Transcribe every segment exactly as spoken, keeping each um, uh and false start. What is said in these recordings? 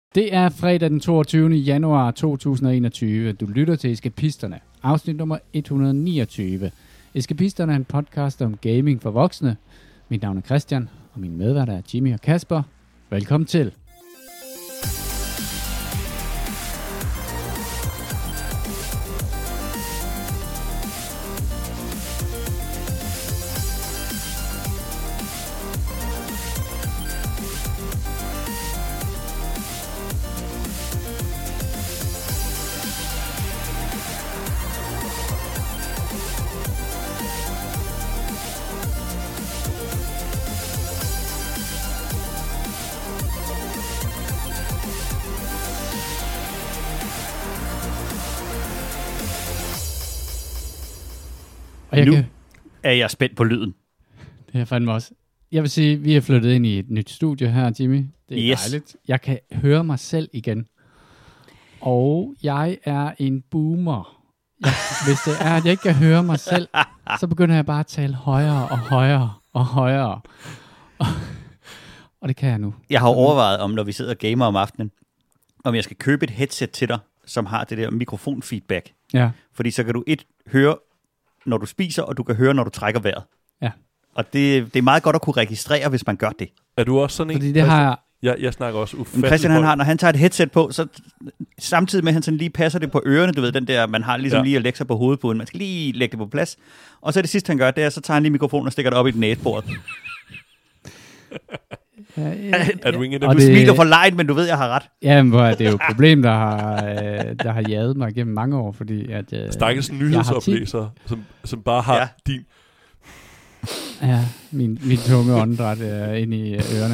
Det er fredag den toogtyvende januar to tusind og enogtyve. Du lytter til Eskapisterne, afsnit nummer et hundrede og niogtyve. Eskapisterne er en podcast om gaming for voksne. Mit navn er Christian, og mine medværter er Jimmy og Kasper. Velkommen til. Jeg nu kan... er jeg spændt på lyden. Det er fandme også. Jeg vil sige, vi er flyttet ind i et nyt studie her, Jimmy. Det er yes. dejligt. Jeg kan høre mig selv igen. Og jeg er en boomer. Jeg, hvis det er, at jeg ikke kan høre mig selv, så begynder jeg bare at tale højere og højere og højere. Og, og det kan jeg nu. Jeg har overvejet om, når vi sidder og gamer om aftenen, om jeg skal købe et headset til dig, som har det der mikrofonfeedback. Ja. Fordi så kan du et høre, når du spiser, og du kan høre, når du trækker vejret. Ja. Og det, det er meget godt at kunne registrere, hvis man gør det. Er du også sådan en? Fordi det har jeg... Jeg, jeg snakker også ufatteligt. Christian, han har, når han tager et headset på, så samtidig med, at han sådan lige passer det på ørerne, du ved, den der, man har ligesom ja. lige Alexa på hovedpuden, man skal lige lægge det på plads. Og så det sidste, han gør, det er, så tager han lige mikrofonen og stikker det op i næsebordet. Ja, ja, er du ingen af dem? Du det... smiler for lejt, men du ved, jeg har ret. Jamen, det er jo et problem, der har, der har jaget mig gennem mange år, fordi at... Øh, Stakkels nyhedsoplæser, som, som bare har ja. din... Ja, min, min tunge åndedræt er inde i ørerne.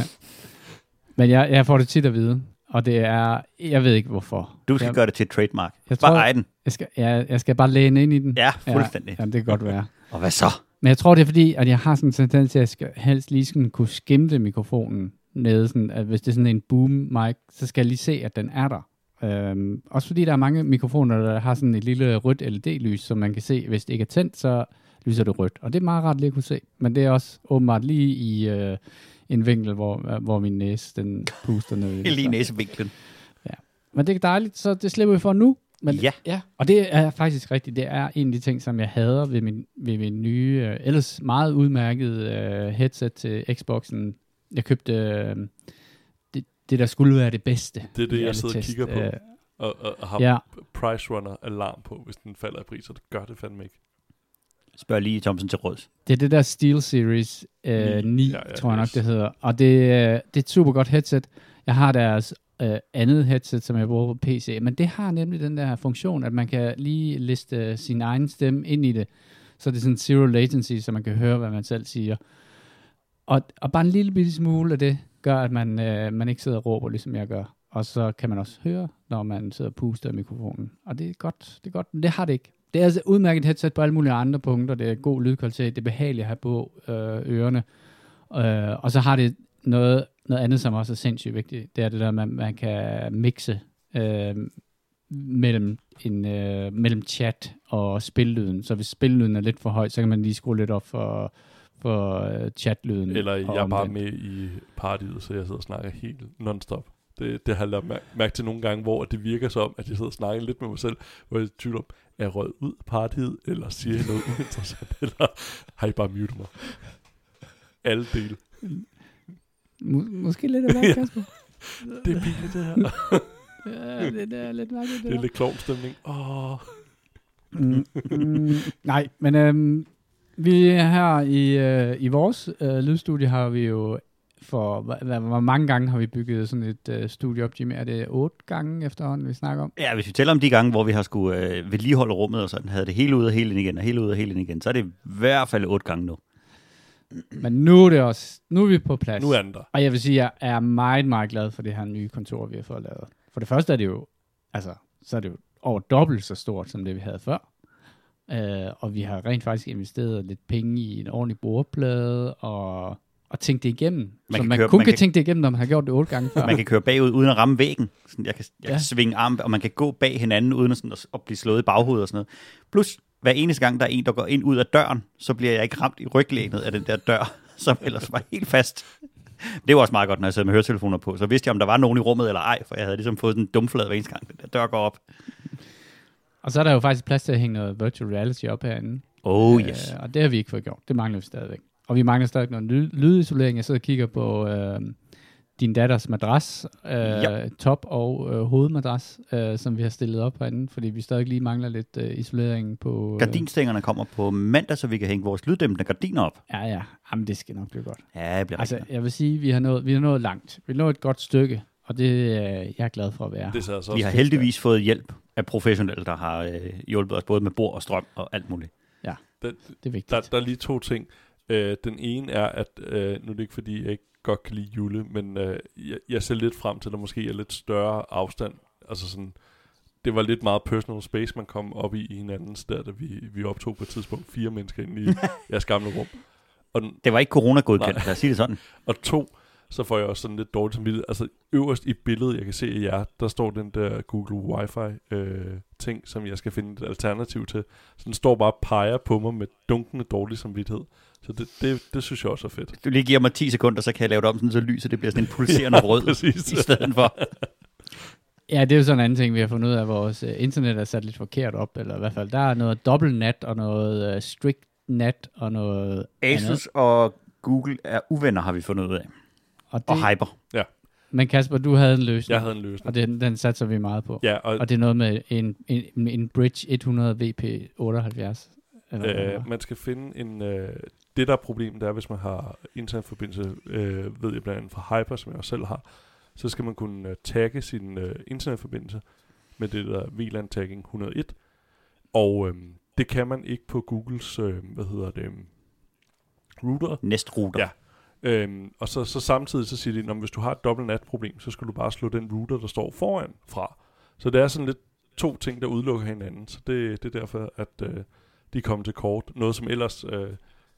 Men jeg, jeg får det tit at vide, og det er... Jeg ved ikke, hvorfor. Du skal jeg, gøre det til et trademark. Jeg bare tror, ej den. Jeg skal, jeg, jeg skal bare læne ind i den. Ja, fuldstændig. Ja, ja, det kan godt være. Og hvad så? Men jeg tror, det er fordi, at jeg har sådan en tendens til, at jeg skal helst lige sådan kunne skimte mikrofonen nede. Sådan, at hvis det er sådan en boom mic, så skal jeg lige se, at den er der. Øhm, også fordi der er mange mikrofoner, der har sådan et lille rødt L E D-lys, som man kan se, hvis det ikke er tændt, så lyser det rødt. Og det er meget rart lige at kunne se. Men det er også åbenbart lige i øh, en vinkel, hvor, hvor min næse den puster ned. Lige i næsevinklen. Ja. Men det er dejligt, så det slipper vi for nu. Men, ja. ja. Og det er faktisk rigtigt. Det er en af de ting, som jeg hader ved min, ved min nye, øh, ellers meget udmærkede øh, headset til Xboxen. Jeg købte øh, det, det, der skulle være det bedste. Det er det, jeg sidder og kigger på. Øh, og, og, og har ja. price runner alarm på, hvis den falder i pris, og det gør det fandme ikke. Spørg lige Thomsen til råds. Det er det der SteelSeries øh, ni, ja, ja, tror jeg nok, yes. det hedder. Og det, øh, det er et super godt headset. Jeg har deres øh, andet headset, som jeg bruger på P C. Men det har nemlig den der funktion, at man kan lige liste sin egen stemme ind i det. Så det er sådan zero latency, så man kan høre, hvad man selv siger. Og, og bare en lille bitte smule af det, gør, at man, øh, man ikke sidder og råber, ligesom jeg gør. Og så kan man også høre, når man sidder og puster i mikrofonen. Og det er godt, det er godt, men det har det ikke. Det er altså udmærket headset på alle mulige andre punkter. Det er god lydkvalitet, det er behageligt at have på øh, ørerne. Øh, og så har det noget, noget andet, som også er sindssygt vigtigt. Det er det der, man, man kan mixe øh, mellem, en, øh, mellem chat og spillyden. Så hvis spillyden er lidt for høj, så kan man lige skrue lidt op for, for uh, chatlyden. Eller jeg er bare med i partiet, så jeg sidder og snakker helt non-stop. Det, det har jeg lagt mærke, mærke til nogle gange, hvor det virker som, at jeg sidder og snakker lidt med mig selv, hvor jeg tvivler om, er jeg røget ud af partiet, eller siger jeg noget uinteressant, eller har I bare muted mig? Alle dele. Må, måske lidt af hvert, Kasper. Det er billigt, det her. Ja, det er lidt mærkeligt, det Det er lidt klovnstemning. Åh. Mm, mm, nej, men øhm, vi er her i, øh, i vores øh, lydstudie, har vi jo for, hvor, hvor mange gange har vi bygget sådan et øh, studie op, Jimmy? Er det otte gange efterhånden, vi snakker om? Ja, hvis vi tæller om de gange, hvor vi har skulle øh, vedligeholde rummet, og sådan havde det hele ud og hele ind igen, og hele ud og hele ind igen, så er det i hvert fald otte gange nu. Men nu er det også, nu er vi på plads. Nu er den der. Og jeg vil sige, at jeg er meget, meget glad for det her nye kontor, vi har fået lavet. For det første er det jo, altså, så er det jo over dobbelt så stort, som det vi havde før. Uh, og vi har rent faktisk investeret lidt penge i en ordentlig bordplade, og, og tænkt det igennem. Man så man køre, kun man kan, kan tænke det igennem, når man har gjort det otte gange før. Man kan køre bagud, uden at ramme væggen. Sådan, jeg kan, jeg ja. kan svinge arm, og man kan gå bag hinanden, uden at, sådan, at, at blive slået i baghovedet og sådan noget. Plus, hver eneste gang, der er en, der går ind ud af døren, så bliver jeg ikke ramt i ryglænet af den der dør, som ellers var helt fast. Det var også meget godt, når jeg sad med høretelefoner på. Så vidste jeg, om der var nogen i rummet eller ej, for jeg havde ligesom fået sådan en dumflade hver eneste gang, den der dør går op. Og så er der jo faktisk plads til at hænge noget virtual reality op herinde. Oh yes. Øh, og det har vi ikke fået gjort. Det mangler vi stadigvæk. Og vi mangler stadig noget ly- lydisolering. Jeg sidder og kigger på øh, din datters madras, øh, ja. top- og øh, hovedmadras, øh, som vi har stillet op herinde, fordi vi stadig lige mangler lidt øh, isolering på... Øh... Gardinstængerne kommer på mandag, så vi kan hænge vores lyddæmpende gardiner op. Ja, ja. Jamen, det skal nok blive godt. Ja, det bliver altså, rigtig. Jeg vil sige, vi har nået, vi har nået langt. Vi har nået et godt stykke, og det øh, jeg er glad for at være. Det så vi har heldigvis fået hjælp af professionelle, der har øh, hjulpet os både med bord og strøm og alt muligt. Ja, der, det er vigtigt. Der, der er lige to ting. Øh, den ene er, at øh, nu er det ikke fordi, jeg ikke godt kan lide Jule, men øh, jeg, jeg ser lidt frem til, at der måske er lidt større afstand. Altså sådan, det var lidt meget personal space, man kom op i i hinandens, der da vi, vi optog på et tidspunkt fire mennesker inde i jeres gamle rum. Og den, det var ikke corona-godkendt, lad os sige det sådan. Og to, så får jeg også sådan lidt dårligt samvittighed. Altså øverst i billedet, jeg kan se af jer, der står den der Google Wi-Fi øh, ting, som jeg skal finde et alternativ til. Så den står bare og peger på mig med dunkende dårlig samvittighed. Så det, det, det synes jeg også er fedt. Du lige giver mig ti sekunder, så kan jeg lave det om sådan, så lyset det bliver sådan en pulserende ja, rød præcis. I stedet for. Ja, det er jo sådan en anden ting, vi har fundet ud af, at vores uh, internet er sat lidt forkert op, eller i hvert fald, der er noget dobbeltnat og noget uh, strict net og noget Asus andet. Og Google er uvenner, har vi fundet ud af. Og, det, og Hyper. Ja. Men Kasper, du havde en løsning. Jeg havde en løsning. Og den, den satser vi meget på. Ja, og, og det er noget med en, en, en Bridge hundrede V P otteoghalvfjerds. Eller øh, man skal finde en... Øh, det der er problemet, det er, hvis man har internetforbindelse, øh, ved jeg blandt andet fra Hyper, som jeg også selv har, så skal man kunne uh, tagge sin uh, internetforbindelse med det der V LAN tagging et hundrede og en. Og øhm, det kan man ikke på Googles, øh, hvad hedder det, router. Nest-router. Ja. Øhm, og så, så samtidig så siger de, at hvis du har et dobbelt nat-problem, så skal du bare slå den router, der står foran fra. Så det er sådan lidt to ting, der udelukker hinanden. Så det, det er derfor, at øh, de kommer til kort. Noget som ellers, øh,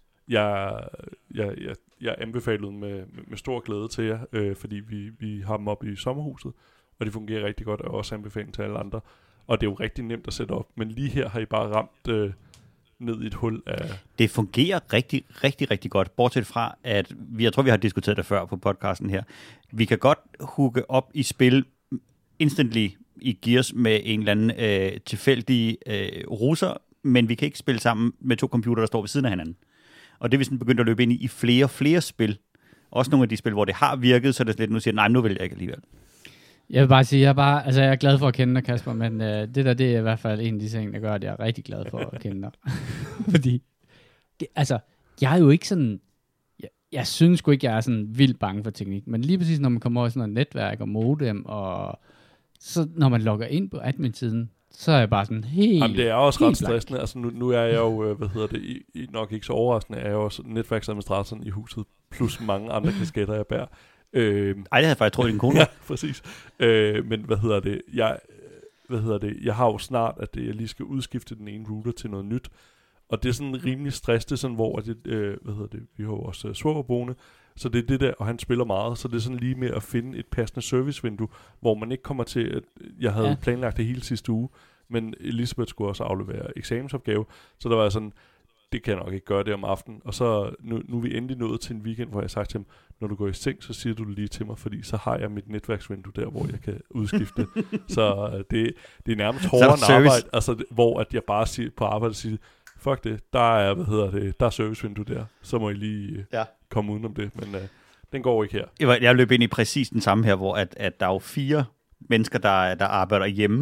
jeg, jeg, jeg, jeg anbefalede med, med, med stor glæde til jer, øh, fordi vi, vi har dem oppe i sommerhuset, og de fungerer rigtig godt, og også anbefaling til alle andre. Og det er jo rigtig nemt at sætte op, men lige her har I bare ramt øh, ned i et hul af... Det fungerer rigtig, rigtig, rigtig godt, bortset fra, at vi, jeg tror, vi har diskuteret det før på podcasten her. Vi kan godt hooke op i spil instantly i Gears med en eller anden øh, tilfældig øh, russer, men vi kan ikke spille sammen med to computere, der står ved siden af hinanden. Og det er vi sådan begyndt at løbe ind i i flere flere spil. Også nogle af de spil, hvor det har virket, så er det lidt, nu siger nej, nu vil jeg ikke alligevel. Jeg vil bare sige, jeg er, bare, altså jeg er glad for at kende dig, Kasper, men øh, det der, det er i hvert fald en af de ting, der gør, at jeg er rigtig glad for at kende dig. Fordi, det, altså, jeg er jo ikke sådan, jeg, jeg synes sgu ikke, jeg er sådan vildt bange for teknik, men lige præcis, når man kommer over i sådan noget netværk og modem, og så når man logger ind på admin-siden, så er jeg bare sådan helt... Jamen, det er også ret stressende. Altså, nu, nu er jeg jo, hvad hedder det, i, i, nok ikke så overraskende, er jeg jo også netværksadministratoren i huset, plus mange andre kasketter, jeg bærer. Øh, Ej, det havde jeg faktisk troet, din kone. Ja, præcis. Øh, men hvad hedder det? Jeg, hvad hedder det? Jeg har jo snart, at jeg lige skal udskifte den ene router til noget nyt. Og det er sådan rimelig stress, det er sådan, hvor det, øh, hvad hedder det? Vi har jo også uh, svogerboende, så det er det der, og han spiller meget, så det er sådan lige med at finde et passende servicevindue, hvor man ikke kommer til, at jeg havde ja. planlagt det hele sidste uge, men Elisabeth skulle også aflevere eksamensopgave, så der var sådan, det kan jeg nok ikke gøre det om aftenen. Og så nu, nu er vi endelig nået til en weekend, hvor jeg har sagt til ham, når du går i seng, så siger du det lige til mig, fordi så har jeg mit netværksvindue der, hvor jeg kan udskifte. Så uh, det, det er nærmest hårdere end arbejde, altså, det, hvor at jeg bare siger, på arbejde siger, fuck det, der er, hvad hedder det, der er servicevindue der, så må I lige uh, ja. komme udenom det, men uh, den går ikke her. Jeg, jeg løb ind i præcis den samme her, hvor at, at der er jo fire mennesker, der, der arbejder hjemme,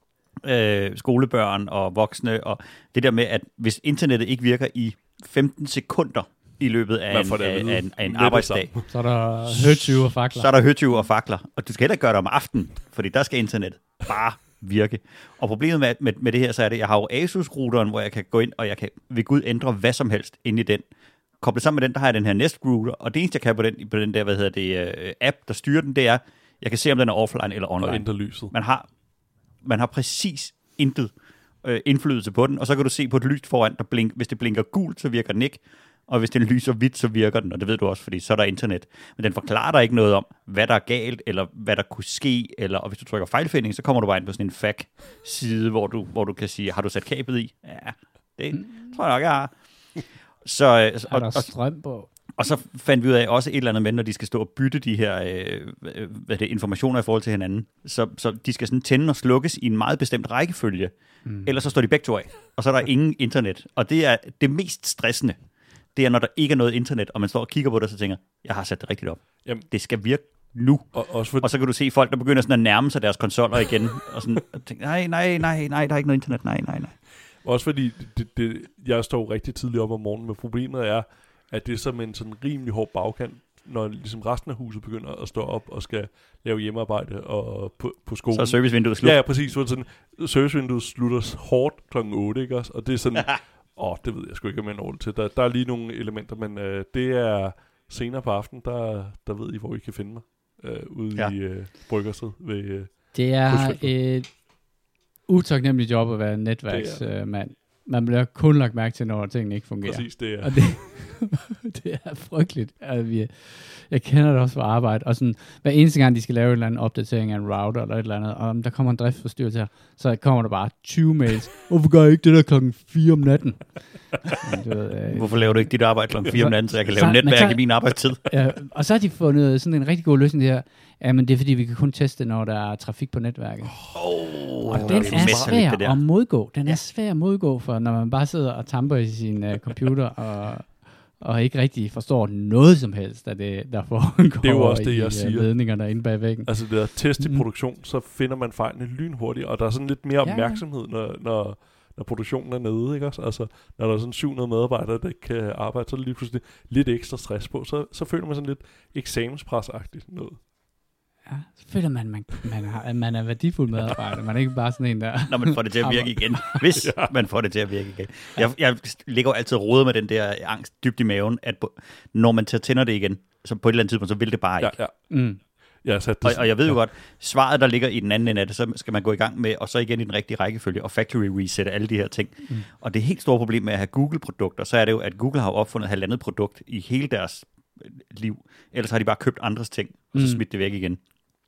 Øh, skolebørn og voksne, og det der med, at hvis internettet ikke virker i femten sekunder i løbet af en, af, af en, af en arbejdsdag, så er der høtyve og fakler. Så er der høtyve og fakler, og du skal heller ikke gøre det om aftenen, fordi der skal internettet bare virke. Og problemet med, med, med det her, så er det, jeg har jo Asus-routeren, hvor jeg kan gå ind, og jeg kan ved Gud ændre hvad som helst inde i den. Koblet sammen med den, der har jeg den her Nest-router, og det eneste, jeg kan på den, på den der, hvad hedder det, uh, app, der styrer den, det er, jeg kan se, om den er offline eller online. Og ændre lyset. Man har Man har præcis intet øh, indflydelse på den, og så kan du se på et lys foran, der blink, hvis det blinker gult, så virker den ikke, og hvis den lyser hvidt, så virker den, og det ved du også, fordi så er der internet. Men den forklarer dig ikke noget om, hvad der er galt, eller hvad der kunne ske, eller, og hvis du trykker fejlfinding, så kommer du bare ind på sådan en F A Q-side, hvor du, hvor du kan sige, har du sat kablet i? Ja, det mm. tror jeg nok, jeg har. Så, er og, der strøm på? Og så fandt vi ud af også et eller andet med, når de skal stå og bytte de her øh, hvad det, informationer i forhold til hinanden. Så, så de skal sådan tænde og slukkes i en meget bestemt rækkefølge. Mm. Ellers så står de begge to af, og så er der ingen internet. Og det er det mest stressende. Det er, når der ikke er noget internet, og man står og kigger på det, og så tænker, jeg har sat det rigtigt op. Jamen. Det skal virke nu. Og, også for... og så kan du se folk, der begynder sådan at nærme sig deres konsoller igen, og sådan og tænker, nej, nej, nej, nej, der er ikke noget internet, nej, nej, nej. Også fordi, det, det, jeg står rigtig tidligt op om morgenen, men problemet er, at det er som en sådan rimelig hård bagkant, når ligesom resten af huset begynder at stå op og skal lave hjemmearbejde og på, på skolen. Så er servicevinduet slut. Ja, ja, præcis. Så sådan, servicevinduet slutter hårdt klokken otte, ikke også? Og det er sådan, åh, det ved jeg sgu ikke, om jeg når det til. Der, der er lige nogle elementer, men øh, det er senere på aftenen, der, der ved I, hvor I kan finde mig. Øh, ude ja. i øh, Bryggersted ved øh, det er et utaknemmeligt job at være netværksmand. Man bliver kun lagt mærke til, når tingene ikke fungerer. Præcis, det er. Og det, det er frygteligt. Altså, vi, jeg kender det også fra arbejde. Og sådan, hver eneste gang, de skal lave en eller anden opdatering af en router eller et eller andet, og om der kommer en driftsforstyrrelse her, så kommer der bare tyve mails. Hvorfor gør jeg ikke det der klokken fire om natten? Du ved, øh, Hvorfor laver du ikke dit arbejde klokken fire om natten, så jeg kan lave så, netværk så, i min arbejdstid? Ja, og så har de fundet sådan en rigtig god løsning der. Ja, men det er fordi, vi kan kun teste, når der er trafik på netværket. Oh, og den er svær at modgå. Den er svær at modgå, for når man bare sidder og tamper i sin uh, computer, og, og ikke rigtig forstår noget som helst af det, der foregår det er jo også det, i jeg siger. ledningerne inde bag væggen. Altså det er test i produktion, så finder man fejlene lynhurtigt, og der er sådan lidt mere opmærksomhed, ja, når, når, når produktionen er nede, ikke også? Altså, når der er sådan syv hundrede medarbejdere, der kan arbejde, så er det lige pludselig lidt ekstra stress på, så, så føler man sådan lidt eksamenspresagtigt noget. Ja, så føler man, man, man, har, man er værdifuld medarbejder. Man er ikke bare sådan en, der... Når man får det til at virke igen. Hvis ja. man får det til at virke igen. Jeg, jeg ligger jo altid rodet med den der angst dybt i maven, at når man tænder det igen, så på et eller andet tidspunkt, så vil det bare ikke. Ja, ja. Mm. Jeg har sat det og, og jeg ved jo ja. godt, svaret, der ligger i den anden ende af det, så skal man gå i gang med, og så igen i den rigtige rækkefølge, og factory reset alle de her ting. Mm. Og det helt store problem med at have Google-produkter, så er det jo, at Google har opfundet halvandet produkt i hele deres liv. Ellers har de bare købt andres ting, og så mm. smidt det væk igen.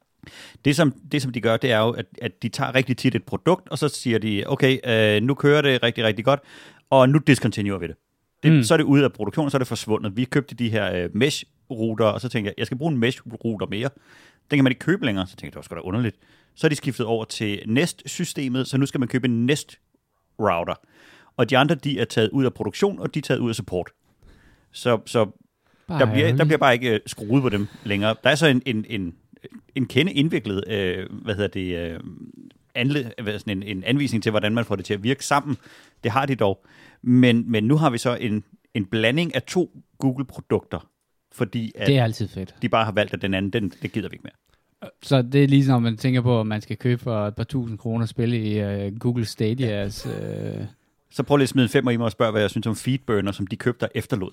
Det som, det, som de gør, det er jo, at, at de tager rigtig tit et produkt, og så siger de, okay, øh, nu kører det rigtig, rigtig godt, og nu discontinuer vi det. det mm. Så er det ude af produktionen, så er det forsvundet. Vi købte de her øh, mesh-router, og så tænkte jeg, jeg skal bruge en mesh-router mere. Den kan man ikke købe længere, så tænkte jeg, det var sgu da underligt. Så er de skiftet over til Nest-systemet, så nu skal man købe en Nest-router. Og de andre, de er taget ud af produktion, og de er taget ud af support. Så, så der, bliver, der bliver bare ikke skruet på dem længere. Der er så en... en, en en kende indviklet, øh, hvad hedder det, øh, anle, sådan en, en anvisning til, hvordan man får det til at virke sammen. Det har de dog. Men, men nu har vi så en, en blanding af to Google-produkter, fordi at det er altid fedt. De bare har valgt, at den anden, den, det gider vi ikke mere. Så det er ligesom, når man tænker på, at man skal købe for et par tusind kroner spil i uh, Google Stadias... Uh... Så prøv lige at smide en femmer i mig og spørge, hvad jeg synes om Feedburner, som de købte og efterlod.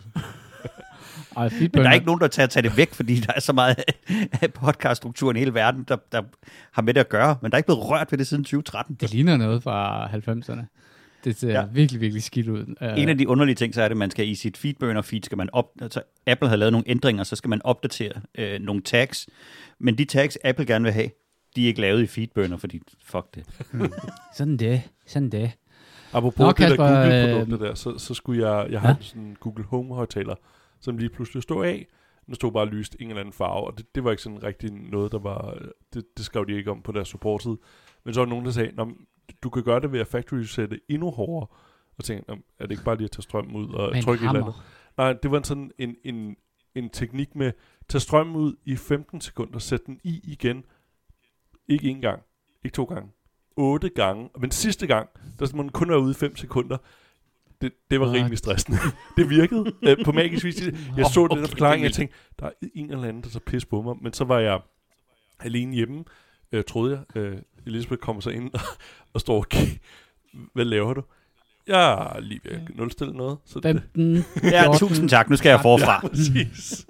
Ej, men der er ikke nogen, der tager tage det væk, fordi der er så meget af podcaststrukturen i hele verden, der, der har med det at gøre. Men der er ikke blevet rørt ved det siden tyve tretten. Det ligner noget fra halvfemserne. Det ser ja. virkelig, virkelig skidt ud. En af de underlige ting, så er det, at man skal i sit Feedburner-feed, skal man op, altså Apple har lavet nogle ændringer, så skal man opdatere øh, nogle tags. Men de tags, Apple gerne vil have, de er ikke lavet i Feedburner, fordi fuck det. Hmm. Sådan det, sådan det. Apropos Nå, det Kasper, der Google-produkter der, så, så skulle jeg, jeg har sådan en Google Home-højtaler, som lige pludselig stod af. Nu stod bare lyst en eller anden farve, og det, det var ikke sådan rigtig noget, der var... Det, det skrev de ikke om på deres supportside. Men så var der nogen, der sagde, du kan gøre det ved at factory resette endnu hårdere. Og tænkte, er det ikke bare lige at tage strømmen ud og trykke et eller andet? Nej, det var sådan en, en, en teknik med, tage strømmen ud i femten sekunder, sætte den i igen. Ikke en gang, ikke to gange, otte gange. Men sidste gang, der må den kun være ude i fem sekunder. Det, det var rimelig stressende. Det virkede øh, på magisk vis. Jeg så den der forklaring, og jeg tænkte, der er en eller anden, der så pisse på mig. Men så var jeg alene hjemme, øh, troede jeg. Øh, Elisabeth kommer så ind og, og står og kigger. Hvad laver du? Jeg er lige ved at nulstille noget. Så femten, ja, tusind tak. Nu skal jeg forfra. Ja, præcis.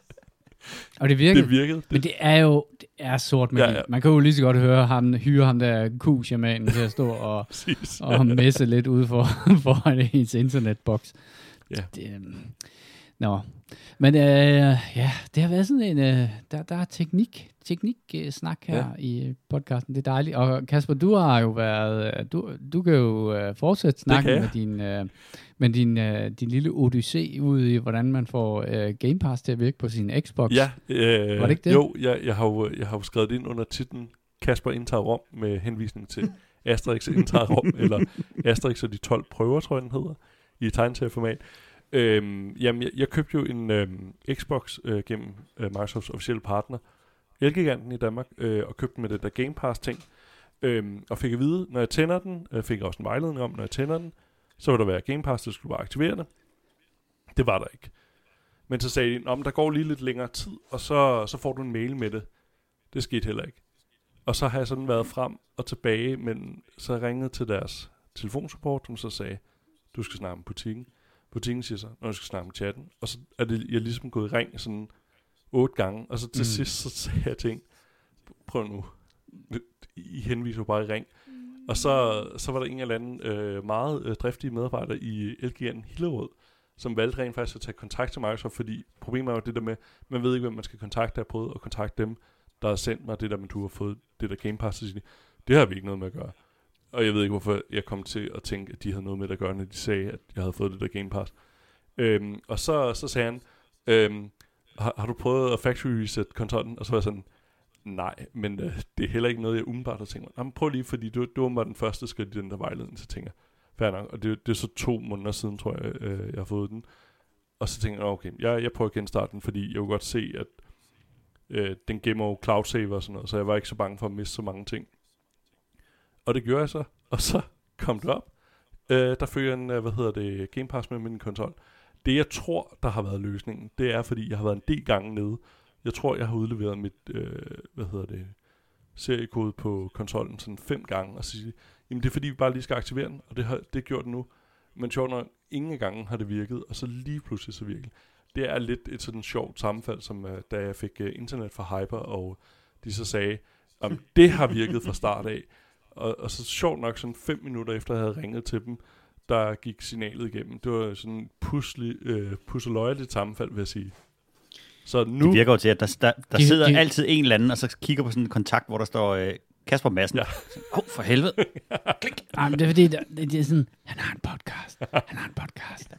Og det virkede. Det virkede. Men det er jo det er sort med ja, ja. Man kan jo lige så godt høre ham, hyre ham der Q-shamanen til at stå og, og messe lidt ude for, foran ens internetboks. Ja. Det, Nå, men øh, ja, det har været sådan en, øh, der, der er teknik, teknik-snak her ja. i podcasten, det er dejligt. Og Kasper, du har jo været, du, du kan jo øh, fortsætte snakken med din, øh, med din, øh, din lille odyssé ude i, hvordan man får øh, Game Pass til at virke på sin Xbox. Ja, øh, var det ikke det? Jo, jeg, jeg, har jo, jeg har jo skrevet det ind under titlen Kasper indtager Rom med henvisning til Asterix indtager Rom, eller Asterix og de tolv prøver, tror jeg den hedder, i tegneserieformat. Øhm, jamen, jeg, jeg købte jo en øhm, Xbox øh, gennem øh, Microsofts officielle partner, Elgiganten i Danmark, øh, og købte den med det der Game Pass-ting, øhm, og fik at vide, når jeg tænder den, øh, fik jeg også en vejledning om, når jeg tænder den, så vil der være Game Pass, der skulle bare aktivere det. Det var der ikke. Men så sagde de, om der går lige lidt længere tid, og så, så får du en mail med det. Det skete heller ikke. Og så har jeg sådan været frem og tilbage, men så jeg ringede til deres telefonsupport, som så sagde, du skal snakke med butikken. Butikken siger så, når du skal snakke med chatten. Og så er det, jeg ligesom gået i ring sådan otte gange. Og så til mm. sidst, så sagde jeg ting, prøv nu, I henviser bare i ring. Og så, så var der en eller anden øh, meget øh, driftige medarbejder i Elgiganten Hillerød, som valgte rent faktisk at tage kontakt til Microsoft, fordi problemet er jo det der med, man ved ikke, hvem man skal kontakte. Jeg har prøvet at kontakte dem, der har sendt mig det der, men du har fået det der Game Pass, og det har vi ikke noget med at gøre. Og jeg ved ikke, hvorfor jeg kom til at tænke, at de havde noget med at gøre, når de sagde, at jeg havde fået det der Game Pass. Øhm, og så, så sagde han, øhm, har, har du prøvet at factory reset konsollen? Og så var jeg sådan, nej, men øh, det er heller ikke noget, jeg umiddelbart har tænkt mig. Prøv lige, fordi du, du var den første skridt i den der vejledning, så tænker jeg, fair nok. Og det, det er så to måneder siden, tror jeg, øh, jeg har fået den. Og så tænker jeg, okay, jeg, jeg prøver at genstarte den, fordi jeg kunne godt se, at øh, den gemmer jo cloud save og sådan noget, så jeg var ikke så bange for at miste så mange ting. Og det gjorde jeg så, og så kom det op. Øh, der følger en, hvad hedder det, Game Pass med min konsol. Det jeg tror, der har været løsningen, det er, fordi jeg har været en del gange nede. Jeg tror, jeg har udleveret mit, øh, hvad hedder det, seriekode på konsollen sådan fem gange, og så siger, jamen det er fordi, vi bare lige skal aktivere den, og det har det gjort nu. Men sjovt nok, ingen gange har det virket, og så lige pludselig så virker det. Det er lidt et sådan sjovt sammenfald, som uh, da jeg fik uh, internet fra Hyper, og de så sagde, om det har virket fra start af. Og, og så sjovt nok, sådan fem minutter efter jeg havde ringet til dem, der gik signalet igennem. Det var sådan pudselig, øh, pusseløjeligt sammenfald, vil jeg sige. Så nu... Det virker jo til, at der, der, der de, sidder de... altid en eller anden, og så kigger på sådan en kontakt, hvor der står øh, Kasper Madsen. Åh, ja. oh, for helvede. Klik. Ej, men det er fordi, der, det, det er sådan, han har en podcast. Han har en podcast.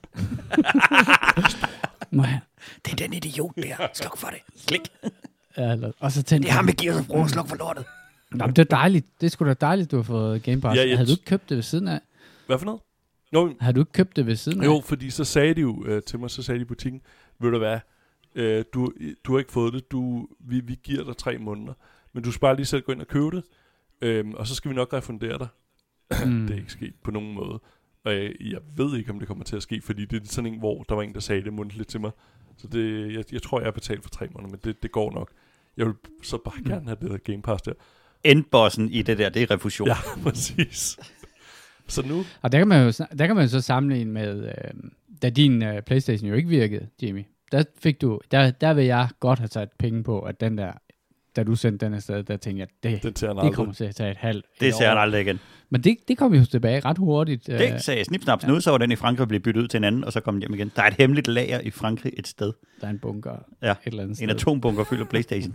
Må jeg? Det er den idiot der. Sluk for det. Klik. Ja, og så tænkte det er ham med Gears of War. Sluk for lortet. Nå, men det er dejligt. Det er sgu da dejligt, du har fået Game Pass. Ja, havde du ikke købt det ved siden af? Hvad for noget? Jo. Har du ikke købt det ved siden af? Jo, fordi så sagde de jo øh, til mig, så sagde de i butikken, ved du hvad, øh, du, du har ikke fået det, du, vi, vi giver dig tre måneder, men du skal bare lige selv gå ind og købe det, øh, og så skal vi nok refundere dig. Mm. Det er ikke sket på nogen måde. Og jeg, jeg ved ikke, om det kommer til at ske, fordi det er sådan en, hvor der var en, der sagde det mundtligt til mig. Så det, jeg, jeg tror, jeg har betalt for tre måneder, men det, det går nok. Jeg vil så bare gerne have det der Game Pass der. Endbossen i det der, det er refusion. Ja, præcis. Så nu... Og der kan man jo, der kan man jo så sammenligne med, øh, da din øh, PlayStation jo ikke virkede, Jimmy. Der fik du, der, der vil jeg godt have taget penge på, at den der, da du sendte den afsted, der tænkte jeg, det, det kommer til at tage et halvt Det ser han aldrig igen. Men det, det kom jo tilbage ret hurtigt. Det sagde snipsnaps ja. Nu, så var den i Frankrig blevet byttet ud til en anden, og så kom den hjem igen. Der er et hemmeligt lager i Frankrig et sted. Der er en bunker ja. et eller andet sted. En atombunker fylder PlayStation.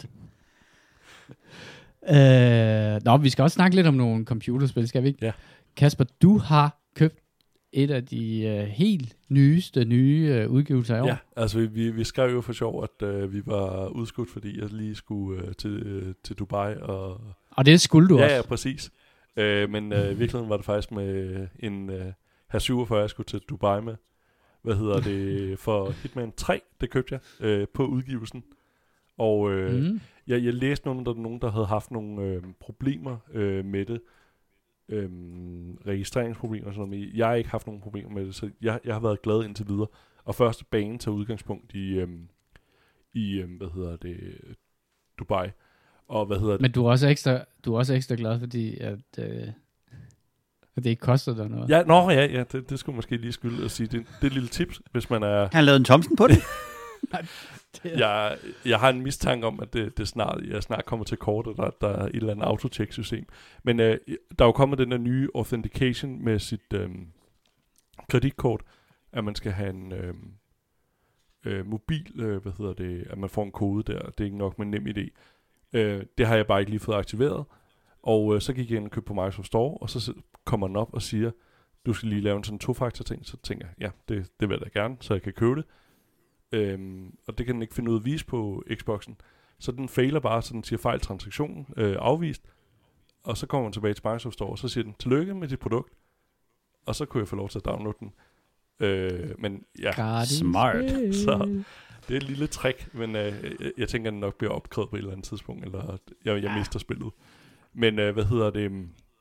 Øh, nå, vi skal også snakke lidt om nogle computerspil, skal vi ikke? Ja. Kasper, du har købt et af de uh, helt nyeste nye uh, udgivelser i år. Ja, altså vi, vi, vi skrev jo for sjov, at uh, vi var udskudt, fordi jeg lige skulle uh, til, uh, til Dubai. Og, og det skulle du ja, også. Ja, præcis. Uh, men uh, i virkeligheden var det faktisk med en uh, H syvogfyrre, jeg skulle til Dubai med. Hvad hedder det? For Hitman tre, det købte jeg uh, på udgivelsen. Og uh, mm. jeg, jeg læste nogen, der nogen, der havde haft nogle uh, problemer uh, med det. Øhm, registreringsproblemer og sådan noget. Jeg har ikke haft nogen problemer med det, så jeg, jeg har været glad indtil videre. Og første bane tager udgangspunkt i øhm, i øhm, hvad hedder det, Dubai. Og hvad hedder det? Men du er også ekstra, du er også ekstra glad, fordi at, øh, at det ikke koster dig noget. Ja, nå ja, ja det, det skulle måske lige skylde at sige. Det, det er et lille tips, hvis man er... Han lavede en Thomsen på det. jeg, jeg har en mistanke om, at det, det snart, jeg snart kommer til kort, og der, der er et eller andet autocheck-system. Men øh, der er jo kommet den der nye authentication med sit øh, kreditkort, at man skal have en, øh, øh, mobil, øh, hvad hedder det, at man får en kode der. Det er ikke nok med NemID. Øh, det har jeg bare ikke lige fået aktiveret. Og øh, så gik jeg ind og købte på Microsoft Store, og så kommer den op og siger, du skal lige lave en sådan to-faktor ting. Så tænker jeg, ja, det, det vil jeg da gerne, så jeg kan købe det. Øhm, og det kan den ikke finde ud af at vise på Xboxen. Så den fejler bare, så den siger fejl transaktion, øh, afvist. Og så kommer man tilbage til Microsoft Store, og så siger den, tillykke med dit produkt. Og så kunne jeg få lov til at downloade den. Øh, men ja, Gratis. Smart. så det er et lille trick, men øh, jeg, jeg tænker, at den nok bliver opkrævet på et eller andet tidspunkt, eller jeg, jeg mister spillet. Men øh, hvad hedder det?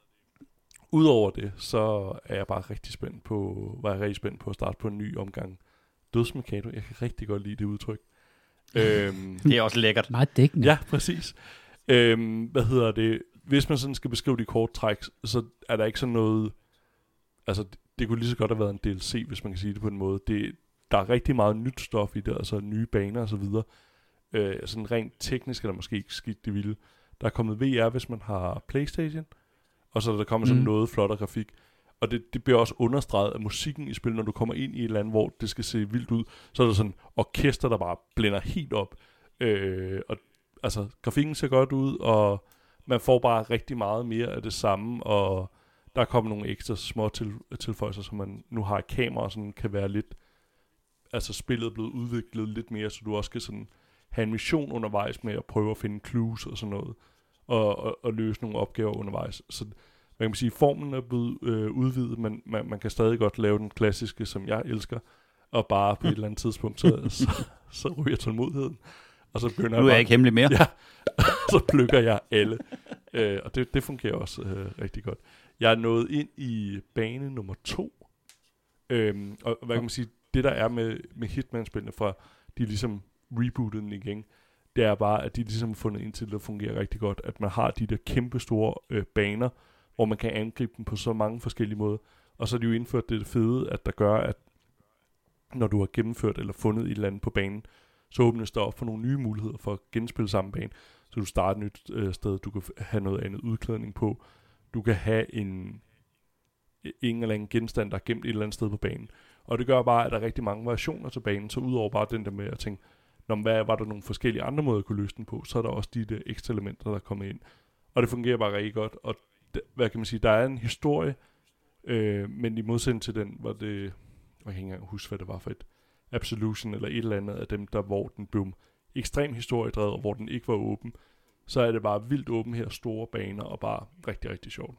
Udover det, så er jeg bare rigtig spændt på, var jeg rigtig spændt på at starte på en ny omgang Dødsmekano. Jeg kan rigtig godt lide det udtryk. øhm, det er også lækkert. Meget dækkende. Ja, præcis. Øhm, hvad hedder det? Hvis man sådan skal beskrive de kort træk, så er der ikke sådan noget. Altså, det, det kunne lige så godt have været en D L C, hvis man kan sige det på en måde. Det, der er rigtig meget nyt stof i det, altså nye baner og så videre. Øh, sådan rent teknisk er der måske ikke skidt det vilde. Der er kommet V R, hvis man har PlayStation, og så er der kommet sådan mm. noget flottere grafik. Og det, det bliver også understreget af musikken i spil, når du kommer ind i et eller andet, hvor det skal se vildt ud. Så er der sådan orkester, der bare blænder helt op. Øh, og altså, grafikken ser godt ud, og man får bare rigtig meget mere af det samme, og der er kommet nogle ekstra små til, tilføjelser, så man nu har et kamera, som kan være lidt, altså spillet er blevet udviklet lidt mere, så du også skal sådan have en mission undervejs med at prøve at finde clues og sådan noget, og, og, og løse nogle opgaver undervejs. Så man kan sige, formen er blevet øh, udvidet, men man, man kan stadig godt lave den klassiske, som jeg elsker, og bare på et eller andet tidspunkt, så, så, så ryger tålmodigheden. Og så begynder nu er jeg, bare, jeg ikke hemmelig mere. Ja, så plukker jeg alle. øh, og det, det fungerer også øh, rigtig godt. Jeg er nået ind i bane nummer to. Øhm, og hvad kan man sige, det der er med, med Hitman-spillene fra, de ligesom rebootede den igen, det er bare, at de ligesom har fundet ind til, at det fungerer rigtig godt, at man har de der kæmpe store øh, baner, hvor man kan angribe dem på så mange forskellige måder. Og så er de jo indført det fede, at der gør, at når du har gennemført eller fundet et eller andet på banen, så åbnes der op for nogle nye muligheder for at genspille samme bane. Så du starter et nyt øh, sted, du kan have noget andet udklædning på. Du kan have en, en eller anden genstand, der er gemt et eller andet sted på banen. Og det gør bare, at der er rigtig mange variationer til banen, så udover bare den der med at tænke, når hvad var der nogle forskellige andre måder at kunne løse den på, så er der også de der ekstra elementer, der kommer ind. Og det fungerer bare rigtig godt. Og det, hvad kan man sige, der er en historie, øh, men i modsætning til den, var det, jeg kan ikke engang huske, hvad det var for et Absolution eller et eller andet af dem, der hvor den blev ekstrem historiedrevet, og hvor den ikke var åben, så er det bare vildt åben her, store baner, og bare rigtig, rigtig sjovt.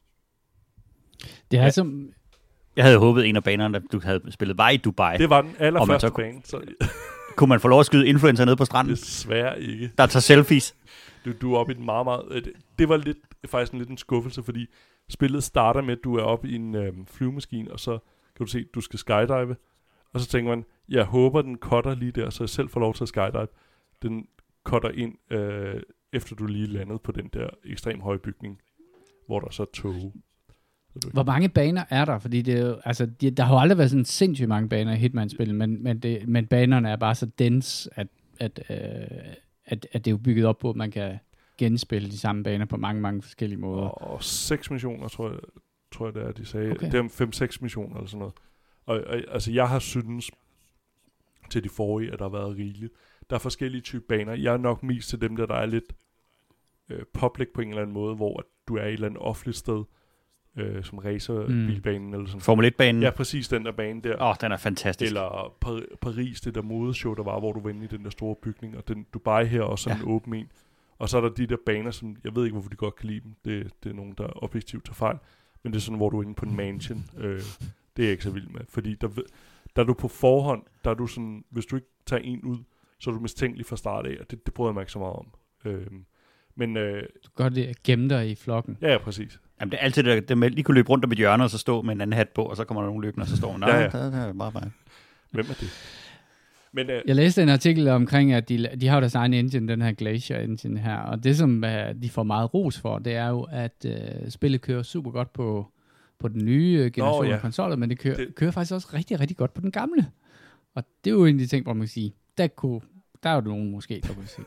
Det er ja. som... Jeg havde håbet, en af banerne, du havde spillet, var i Dubai. Det var den allerførste så, bane. Så... kunne man få lov at skyde influencer nede på stranden? Desværre ikke. Der tager selfies. Du, du er oppe i den meget, meget... Det, det var lidt, faktisk en lidt en skuffelse, fordi spillet starter med, at du er oppe i en øh, flyvemaskine, og så kan du se, at du skal skydive. Og så tænker man, jeg håber, den cutter lige der, så jeg selv får lov til at skydive. Den cutter ind, øh, efter du lige landede på den der ekstrem høje bygning, hvor der så er tog. Hvor mange baner er der? Fordi det er jo, altså, de, der har jo aldrig været sådan sindssygt mange baner i Hitman-spillet, men, men, det, men banerne er bare så dense, at, at, øh, at, at det er jo bygget op på, at man kan genspille de samme baner på mange, mange forskellige måder. Og, og seks missioner, tror jeg, tror jeg det er, de sagde. Okay. Det er fem-seks missioner eller sådan noget. Og, og altså, jeg har synes til de forrige, at der har været rigeligt. Der er forskellige typer baner. Jeg er nok mest til dem, der, der er lidt øh, public på en eller anden måde, hvor du er i et eller andet offentligt sted, øh, som racerbilbanen mm. eller sådan. Formel et-banen? Ja, præcis den der bane der. Åh, oh, den er fantastisk. Eller Par- Paris, det der modeshow, der var, hvor du var inde i den der store bygning, og den Dubai her også sådan ja. en åben en. Og så er der de der baner, som, jeg ved ikke, hvorfor de godt kan lide dem. Det, det er nogen, der objektivt tager fejl. Men det er sådan, hvor du er inde på en mansion. Øh, det er jeg ikke så vild med. Fordi der, der er du på forhånd, der er du sådan, hvis du ikke tager en ud, så er du mistænkelig fra start af, og det, det bryder jeg mig ikke så meget om. Øh, men, øh, du kan godt lide at gemme dig i flokken. Ja, ja, præcis. Jamen, det er altid det, det med, lige kunne løbe rundt om et hjørne, og så stå med en anden hat på, og så kommer der nogen løbende, og så står man, ja, ja. Der, der er bare bare. Hvem er det? Men, øh, jeg læste en artikel omkring, at de, de har deres egen engine, den her Glacier engine her, og det som uh, de får meget ros for, det er jo, at uh, spillet kører super godt på, på den nye generation Nå, ja. af konsoller, men det kører, det kører faktisk også rigtig, rigtig godt på den gamle. Og det er jo en af de ting, hvor man kan sige, der, kunne, der er jo nogen måske, der kunne sige.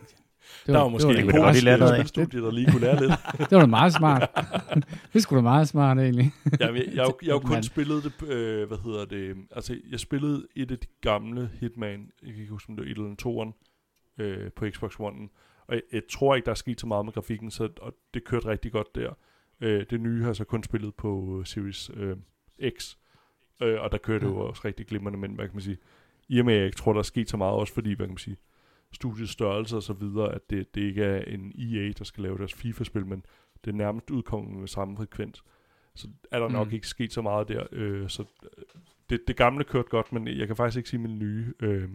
Der var måske en polsk studie, der lige kunne lære lidt. Det var da meget smart. Det skulle da meget smart, egentlig. ja, jeg, jeg, jeg, jeg har kun spillet det, øh, hvad hedder det, altså jeg spillede et af de gamle Hitman, jeg kan ikke huske, om det var et eller toeren, øh, på Xbox One, og jeg, jeg tror ikke, der er sket så meget med grafikken, så og det kørte rigtig godt der. Øh, det nye har jeg så kun spillet på Series øh, X, øh, og der kørte det jo også rigtig glimrende, men hvad kan man sige, i og med, at jeg ikke tror, der er sket så meget, også fordi, hvad kan man sige, studiets størrelse og så videre, at det, det ikke er en E A, der skal lave deres FIFA-spil, men det er nærmest udkommet med samme frekvens. Så er der nok mm. ikke sket så meget der. Øh, så det, det gamle kørte godt, men jeg kan faktisk ikke sige min nye. Øh,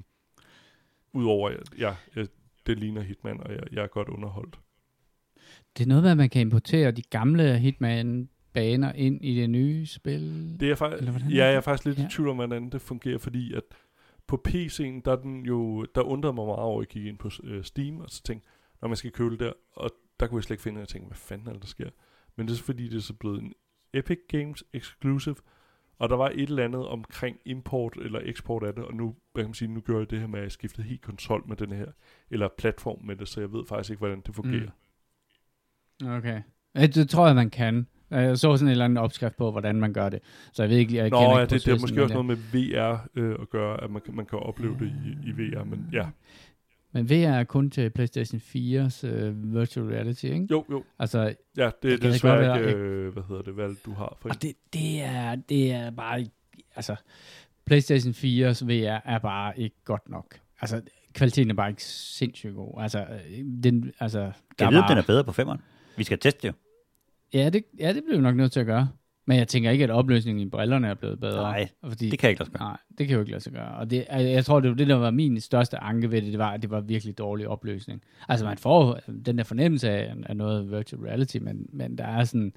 Udover, ja, ja, det ligner Hitman, og jeg, jeg er godt underholdt. Det er noget med, at man kan importere de gamle Hitman-baner ind i det nye spil? Det er fa- ja, jeg er faktisk lidt ja. i tvivl om, hvordan det fungerer, fordi at på P C'en, der, den jo, der undrede mig meget over, at jeg gik ind på uh, Steam, og så tænkte, når man skal købe det der, og der kunne jeg slet ikke finde, og jeg tænkte, hvad fanden er det, der sker? Men det er så fordi, det er så blevet en Epic Games exclusive, og der var et eller andet omkring import eller eksport af det, og nu, hvad kan man sige, nu gør jeg det her med, at jeg skiftede helt konsol med den her, eller platform med det, så jeg ved faktisk ikke, hvordan det fungerer. Mm. Okay. Det tror jeg, man kan. Jeg så sådan en eller anden opskrift på, hvordan man gør det. Så jeg ved ikke, jeg Nå, kender ja, ikke det, det er måske også ja. noget med V R øh, at gøre, at man, man kan opleve det i, i V R, men ja. Men V R er kun til PlayStation fires uh, virtual reality, ikke? Jo, jo. Altså, ja, det, det er desværre ikke, øh, hvad hedder det, valg du har. For og det, det, er, det er bare, altså, PlayStation fires V R er bare ikke godt nok. Altså, kvaliteten er bare ikke sindssygt god. Altså, den, altså... Kan jeg vide, om den er bedre på femmeren? Vi skal teste det jo. Ja, det, ja, det bliver vi nok nødt til at gøre. Men jeg tænker ikke, at opløsningen i brillerne er blevet bedre. Nej, fordi, det kan jeg ikke lade sig gøre. Nej, det kan jo ikke lade sig gøre. Og det, jeg tror, det var det, der var min største anke ved det, det var, at det var virkelig dårlig opløsning. Altså, man får den der fornemmelse af, af noget virtual reality, men, men der er sådan...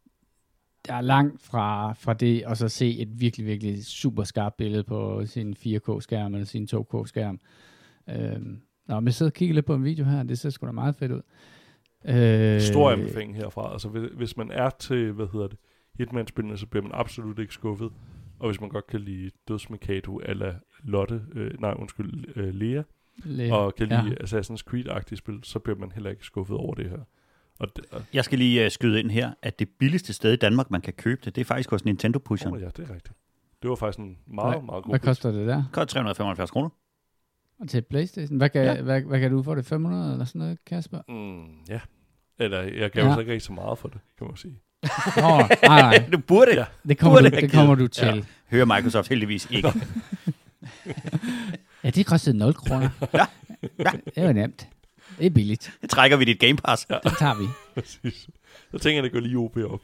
Der er langt fra, fra det, og så se et virkelig, virkelig super skarpt billede på sin fire K-skærm, eller sin to K-skærm. Øhm, nå, men jeg sidder og kigger lidt på en video her, det ser sgu da meget fedt ud. Øh, Stor anbefaling herfra. Altså, hvis, hvis man er til, hvad hedder det, Hitman-spillene, så bliver man absolut ikke skuffet. Og hvis man godt kan lide Dødsmekato eller Lotte, øh, nej, undskyld, øh, Lea, Lea, og kan lide ja. Assassin's Creed-agtige spil, så bliver man heller ikke skuffet over det her. Og det, uh, Jeg skal lige uh, skyde ind her, at det billigste sted i Danmark, man kan købe det, det er faktisk hos Nintendo Pusheren. Oh, ja, det er rigtigt. Det var faktisk en meget, hvad, meget god Hvad koster det der? Det koster tre hundrede og femoghalvfjerds kroner. Og til PlayStation? Hvad kan, ja. hvad, hvad kan du få det? fem hundrede eller sådan noget, Kasper? Mm, ja. Eller jeg gav ja. så ikke rigtig så meget for det, kan man sige. Nå, nej, nej. Du burde. Ja. Det kommer, burde du, det kommer du til. Ja. Hører Microsoft heldigvis ikke. Ja, det kostede nul kroner. Ja. Ja. Det var nemt. Det er billigt. Det trækker vi dit Game Pass. Ja. Det tager vi. Præcis. Så tænker jeg, det går lige O P op.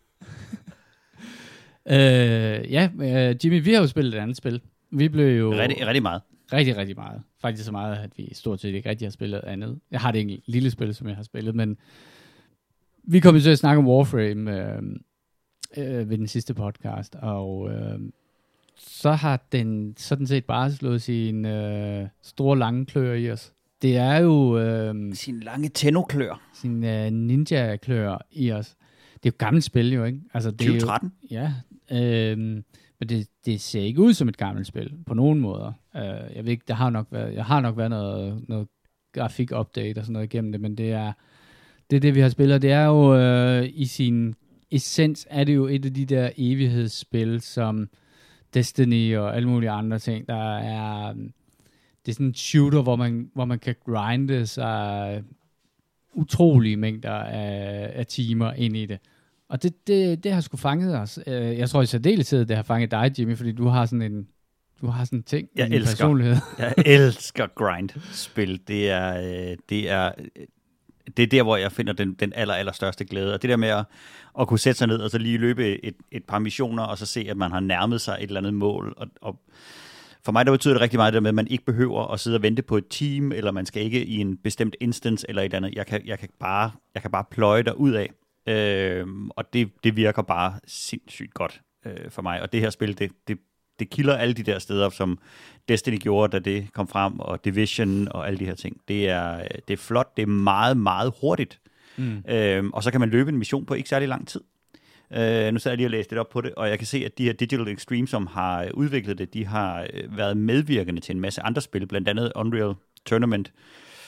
øh, ja, uh, Jimmy, vi har jo spillet et andet spil. Vi blev jo... Rigtig, rigtig meget. Rigtig, rigtig meget. Faktisk så meget, at vi stort set ikke rigtig har spillet andet. Jeg har det ikke lille spil, som jeg har spillet, men vi kom til at snakke om Warframe øh, øh, ved den sidste podcast, og øh, så har den sådan set bare slået sine øh, store lange klør i os. Det er jo... Øh, sin lange tennoklør. Sin øh, ninja-klør i os. Det er jo et gammelt spil jo, ikke? Altså, det tyve tretten? Er jo, ja. Øh, men det, det ser ikke ud som et gammelt spil, på nogen måder. Uh, jeg ved ikke, der har nok været, jeg har nok været noget, noget grafik-update og sådan noget igennem det, men det er det, er det vi har spillet. Det er jo uh, i sin essens, er det jo et af de der evighedsspil, som Destiny og alle mulige andre ting, der er, det er sådan en shooter, hvor man, hvor man kan grinde sig utrolige mængder af, af timer ind i det. Og det, det, det har sgu fanget os. Jeg tror i særdeleshed, det har fanget dig, Jimmy, fordi du har sådan en, du har sådan en ting. Jeg elsker, personlighed. jeg elsker grind-spil. Det er, det er, det er der, hvor jeg finder den, den aller, aller største glæde. Og det der med at, at kunne sætte sig ned og så lige løbe et, et par missioner, og så se, at man har nærmet sig et eller andet mål. Og, og for mig, der betyder det rigtig meget det med, at man ikke behøver at sidde og vente på et team, eller man skal ikke i en bestemt instance eller et andet. Jeg kan, jeg kan bare, jeg kan bare pløje derud af. Øh, og det, det virker bare sindssygt godt øh, for mig. Og det her spil, det, det, det kilder alle de der steder, som Destiny gjorde, da det kom frem, og Division og alle de her ting. Det er, det er flot, det er meget, meget hurtigt. Mm. Øh, og så kan man løbe en mission på ikke særlig lang tid. Øh, nu sad jeg lige og læste lidt op på det, og jeg kan se, at de her Digital Extreme, som har udviklet det, de har været medvirkende til en masse andre spil, blandt andet Unreal Tournament,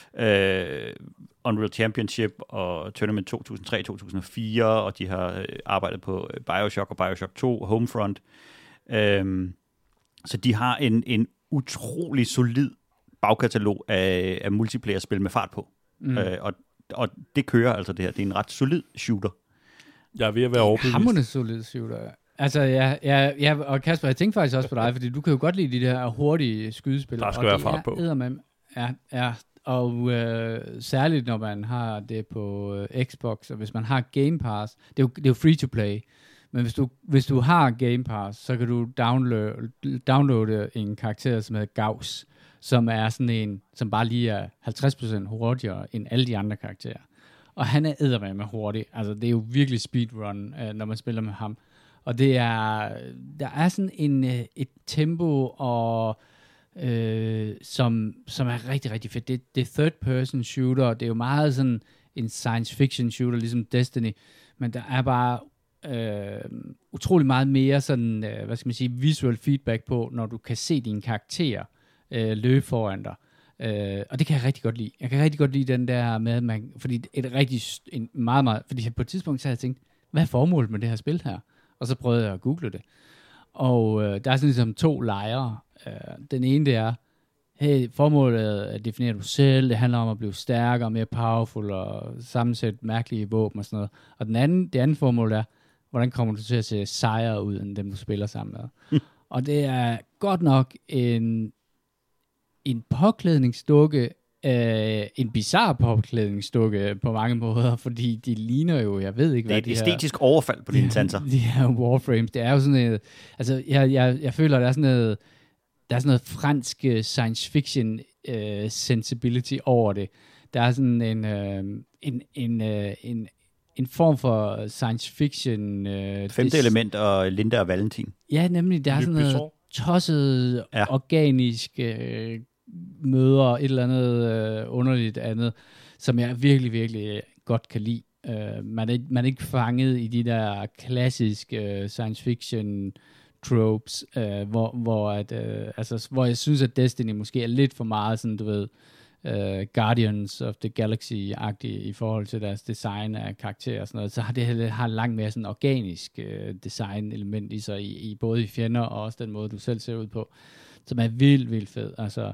øh, Unreal Championship og Tournament to tusind og tre til to tusind og fire, og de har øh, arbejdet på Bioshock og Bioshock to, Homefront. Øh, så de har en, en utrolig solid bagkatalog af, af multiplayer-spil med fart på. Mm. Øh, og, og det kører altså det her. Det er en ret solid shooter. Jeg er ved at være overbevist. Hammerende solid shooter. Altså, ja, ja, ja, og Kasper, jeg tænkte faktisk også på dig, fordi du kan jo godt lide de der hurtige skydespil. Der skal være fart på. Med, ja, ja, og øh, særligt når man har det på øh, Xbox, og hvis man har Game Pass, det er jo, det er jo free to play, men hvis du, hvis du har Game Pass, så kan du downloade, downloade en karakter, som hedder Gauss, som er sådan en, som bare lige er halvtreds procent hurtigere end alle de andre karakterer. Og han er eddermame hurtig. Altså, det er jo virkelig speedrun, øh, når man spiller med ham. Og det er, der er sådan en, et tempo, og, øh, som, som er rigtig, rigtig fedt. Det, det er third person shooter, det er jo meget sådan en science fiction shooter, ligesom Destiny, men der er bare øh, utrolig meget mere sådan, øh, hvad skal man sige, visual feedback på, når du kan se dine karakterer øh, løbe foran dig. Øh, og det kan jeg rigtig godt lide. Jeg kan rigtig godt lide den der med, man, fordi et rigtig, en meget, meget, fordi på et tidspunkt så havde jeg tænkt, hvad er formålet med det her spil her? Og så prøvede jeg at google det. Og øh, der er sådan ligesom to lejre. Øh, den ene det er, hey, formålet er at definere du selv, det handler om at blive stærkere, mere powerful og sammensætte mærkelige våben og sådan noget. Og den anden, det andet formål er, hvordan kommer du til at se sejere ud, end dem du spiller sammen med. Mm. Og det er godt nok en, en påklædningsdukke, Uh, en bizarre påklædningsdukke på mange måder, fordi de ligner jo, jeg ved ikke, hvad det er et æstetisk her, overfald på dine sanser. De her warframes, det er jo sådan et, altså jeg, jeg, jeg føler, der er sådan noget, der er sådan noget fransk science fiction uh, sensibility over det. Der er sådan en, uh, en, en, uh, en, en form for science fiction. Uh, Femte des, element og Linda og Valentin. Ja, nemlig, der er sådan noget tosset, ja. organisk uh, møder et eller andet øh, underligt andet, som jeg virkelig, virkelig godt kan lide. Uh, man, er, man er ikke fanget i de der klassiske uh, science fiction tropes, uh, hvor, hvor, at, uh, altså, hvor jeg synes, at Destiny måske er lidt for meget sådan, du ved, uh, Guardians of the Galaxy-agtige i forhold til deres design af karakterer og sådan noget. Så har det har langt mere sådan organisk uh, design-element i sig, i, i både i fjender og også den måde, du selv ser ud på, som er vildt, vildt fed. Altså,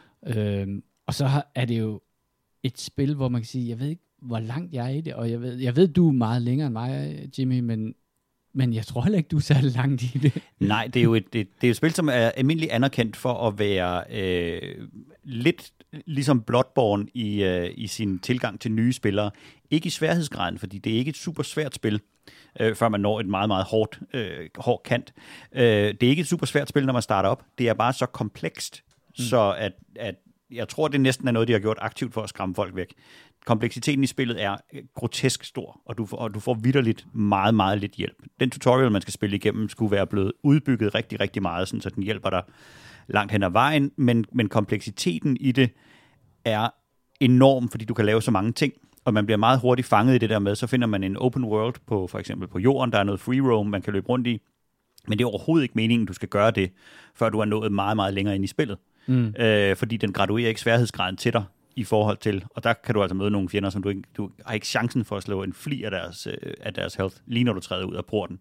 Øhm, og så har, er det jo et spil, hvor man kan sige, jeg ved ikke, hvor langt jeg er i det, og jeg ved, jeg ved du er meget længere end mig, Jimmy, men, men jeg tror heller ikke, du er så langt i det. Nej, det er jo et, det, det er et spil, som er almindeligt anerkendt for at være øh, lidt ligesom Bloodborne i, øh, i sin tilgang til nye spillere. Ikke i sværhedsgraden, fordi det er ikke et super svært spil, øh, før man når et meget, meget hårdt, øh, hård kant. Øh, det er ikke et super svært spil, når man starter op. Det er bare så komplekst, Mm. så at, at jeg tror, det næsten er noget, de har gjort aktivt for at skræmme folk væk. Kompleksiteten i spillet er grotesk stor, og du får, og du får vitterligt meget, meget lidt hjælp. Den tutorial, man skal spille igennem, skulle være blevet udbygget rigtig, rigtig meget, sådan, så den hjælper dig langt hen ad vejen, men, men kompleksiteten i det er enorm, fordi du kan lave så mange ting, og man bliver meget hurtigt fanget i det der med, så finder man en open world på for eksempel på jorden, der er noget free roam, man kan løbe rundt i, men det er overhovedet ikke meningen, du skal gøre det, før du er nået meget, meget længere ind i spillet. Mm. Øh, fordi den graduerer ikke sværhedsgraden til dig i forhold til, og der kan du altså møde nogle fjender, som du ikke, du har ikke chancen for at slå en fli af deres, øh, af deres health, lige når du træder ud af porten.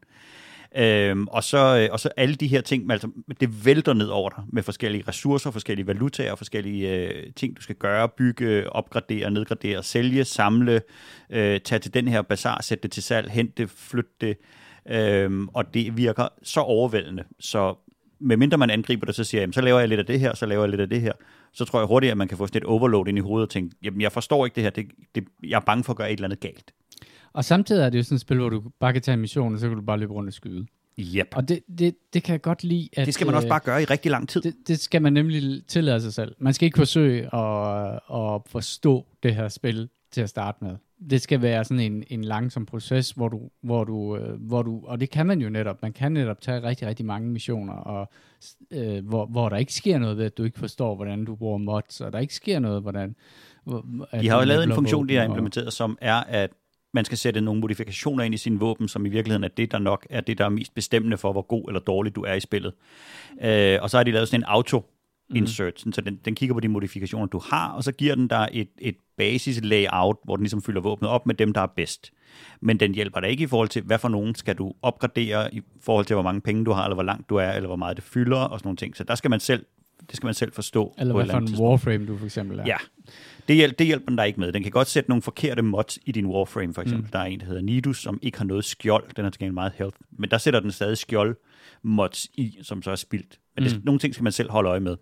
Øh, og, så, øh, og så alle de her ting, altså, det vælter ned over dig med forskellige ressourcer, forskellige valutaer, forskellige øh, ting, du skal gøre, bygge, opgradere, nedgradere, sælge, samle, øh, tage til den her bazar, sætte det til salg, hente det, flytte det, øh, og det virker så overvældende, så medmindre man angriber det, så siger jeg, så laver jeg lidt af det her, så laver jeg lidt af det her, så tror jeg hurtigt, at man kan få sådan et overload ind i hovedet og tænke, jamen jeg forstår ikke det her, det, det, jeg er bange for at gøre et eller andet galt. Og samtidig er det jo sådan et spil, hvor du bare kan tage en mission, og så kan du bare løbe rundt og skyde. Yep. Og det, det, det kan jeg godt lide. At, det skal man også bare gøre i rigtig lang tid. Det, det skal man nemlig tillade sig selv. Man skal ikke forsøge at, at forstå det her spil til at starte med. Det skal være sådan en, en langsom proces, hvor du, hvor du, øh, hvor du, og det kan man jo netop, man kan netop tage rigtig, rigtig mange missioner, og, øh, hvor, hvor der ikke sker noget ved, at du ikke forstår, hvordan du bruger mods, og der ikke sker noget, hvordan... Hvor, de har jo lavet en funktion, de har implementeret, og, som er, at man skal sætte nogle modifikationer ind i sine våben, som i virkeligheden er det, der nok er det, der er mest bestemmende for, hvor god eller dårlig du er i spillet. Øh, og så har de lavet sådan en auto insert, mm. så den, den kigger på de modifikationer, du har, og så giver den dig et, et basis layout, hvor den ligesom fylder våbnet op med dem, der er bedst. Men den hjælper dig ikke i forhold til, hvad for nogen skal du opgradere, i forhold til, hvor mange penge du har, eller hvor langt du er, eller hvor meget det fylder, og sådan nogle ting. Så der skal man selv, det skal man selv forstå. Eller hvad for en warframe du for eksempel er. Ja, det, hjælper, det hjælper den dig ikke med. Den kan godt sætte nogle forkerte mods i din warframe, for eksempel. Mm. Der er en, der hedder Nidus, som ikke har noget skjold. Den har til gengæld meget health. Men der sætter den stadig skjold mods i, som så er spildt. Men det, mm. nogle ting skal man selv holde øje med.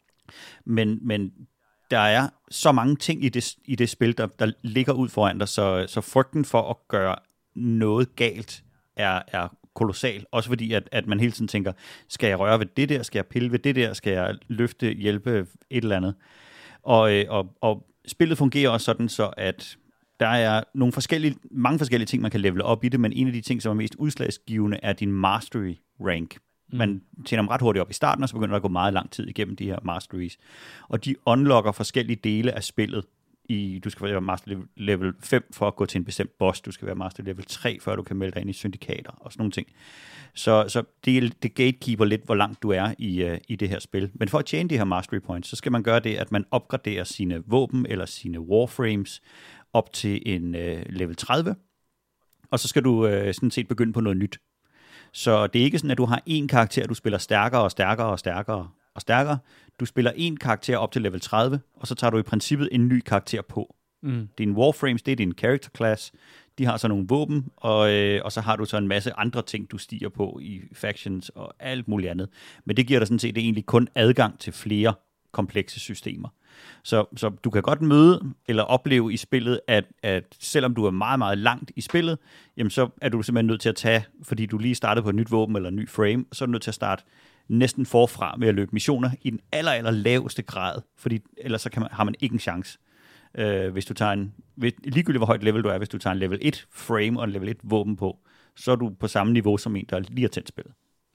Men, men der er så mange ting i det, i det spil, der, der ligger ud foran dig, så, så frygten for at gøre noget galt er, er kolossal. Også fordi, at, at man hele tiden tænker, skal jeg røre ved det der, skal jeg pille ved det der, skal jeg løfte, hjælpe et eller andet. Og, og, og spillet fungerer også sådan, så at der er nogle forskellige, mange forskellige ting, man kan levele op i det, men en af de ting, som er mest udslagsgivende, er din mastery rank. Man tjener dem ret hurtigt op i starten, og så begynder der at gå meget lang tid igennem de her masteries. Og de unlocker forskellige dele af spillet. I, du skal være master level fem for at gå til en bestemt boss. Du skal være master level tre, før du kan melde dig ind i syndikater og sådan nogle ting. Så, så det, det gatekeeper lidt, hvor langt du er i, uh, i det her spil. Men for at tjene de her mastery points, så skal man gøre det, at man opgraderer sine våben eller sine warframes op til en uh, level tredive. Og så skal du uh, sådan set begynde på noget nyt. Så det er ikke sådan, at du har én karakter, du spiller stærkere og stærkere og stærkere og stærkere. Du spiller én karakter op til level tredive, og så tager du i princippet en ny karakter på. Mm. Dine warframes, det er din character class. De har så nogle våben, og, øh, og så har du så en masse andre ting, du stiger på i factions og alt muligt andet. Men det giver dig sådan set egentlig kun adgang til flere komplekse systemer. Så, så du kan godt møde eller opleve i spillet, at, at selvom du er meget, meget langt i spillet, jamen så er du simpelthen nødt til at tage, fordi du lige startede på et nyt våben eller en ny frame, så er du nødt til at starte næsten forfra med at løbe missioner i den aller, aller laveste grad, fordi ellers så kan man, har man ikke en chance. Øh, hvis du tager en, ligegyldigt hvor højt level du er, hvis du tager en level et frame og en level et våben på, så er du på samme niveau som en, der lige har tændt spillet.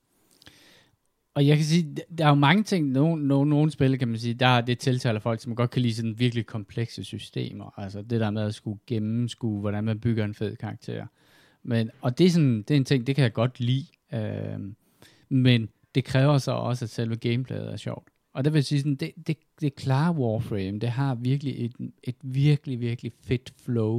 Og jeg kan sige, der er jo mange ting, nogle, nogle, nogle spil kan man sige, der er det tiltaler folk, som godt kan lide sådan virkelig komplekse systemer. Altså det der med at skulle gennemskue, hvordan man bygger en fed karakter. Men, og det er, sådan, det er en ting, det kan jeg godt lide. Øh, men det kræver så også, at selve gameplayet er sjovt. Og der vil jeg sige, sådan, det, det, det klare Warframe, det har virkelig et, et virkelig, virkelig fedt flow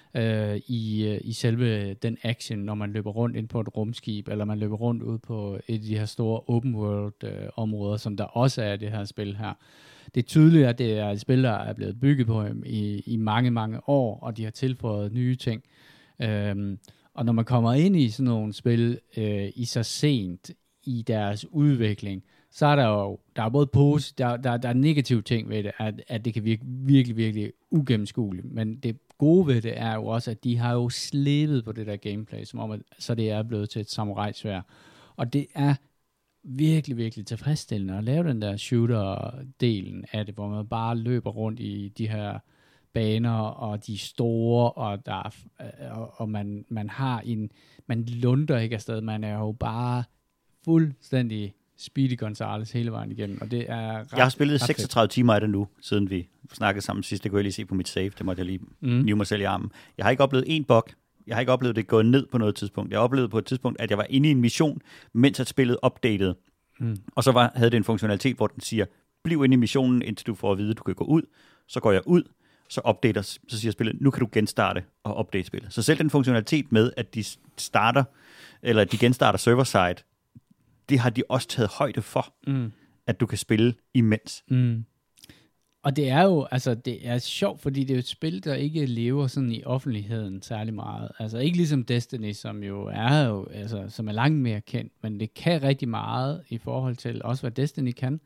øh, i, i selve den action, når man løber rundt ind på et rumskib, eller man løber rundt ud på et af de her store open world øh, områder, som der også er det her spil her. Det er tydeligt, at det er et spil, der er blevet bygget på i, i mange, mange år, og de har tilføjet nye ting. Øhm, og når man kommer ind i sådan nogle spil øh, i så sent i deres udvikling, så er der jo der er både pose, der, der, der er negative ting ved det, at, at det kan virke virkelig, virkelig ugennemskueligt. Men det gode ved det er jo også, at de har jo slebet på det der gameplay, som om, at, så det er blevet til et samurai-sværd. Og det er virkelig, virkelig tilfredsstillende at lave den der shooter-delen af det, hvor man bare løber rundt i de her baner, og de er store, og, der er, og, og man, man har en, man lunder ikke afsted, man er jo bare fuldstændig Speedy Gonzales hele vejen igennem, og det er ret, jeg har spillet seksogtredive timer af det nu, siden vi snakkede sammen sidst. Det kunne jeg lige se på mit save. Det måtte jeg lige mm. nive mig selv i armen. Jeg har ikke oplevet en bug. Jeg har ikke oplevet det gå ned på noget tidspunkt. Jeg har oplevet på et tidspunkt, at jeg var inde i en mission, mens at spillet updatede. Mm. Og så var, havde det en funktionalitet, hvor den siger, bliv inde i missionen, indtil du får at vide, at du kan gå ud. Så går jeg ud, så updater, så siger spillet, nu kan du genstarte og update spillet. Så selv den funktionalitet med, at de starter, eller at de genstarter server-side, det har de også taget højde for, mm. at du kan spille imens. Mm. Og det er jo, altså det er sjovt, fordi det er jo et spil, der ikke lever sådan i offentligheden særlig meget. Altså ikke ligesom Destiny, som jo er jo, altså som er langt mere kendt, men det kan rigtig meget i forhold til også, hvad Destiny kan.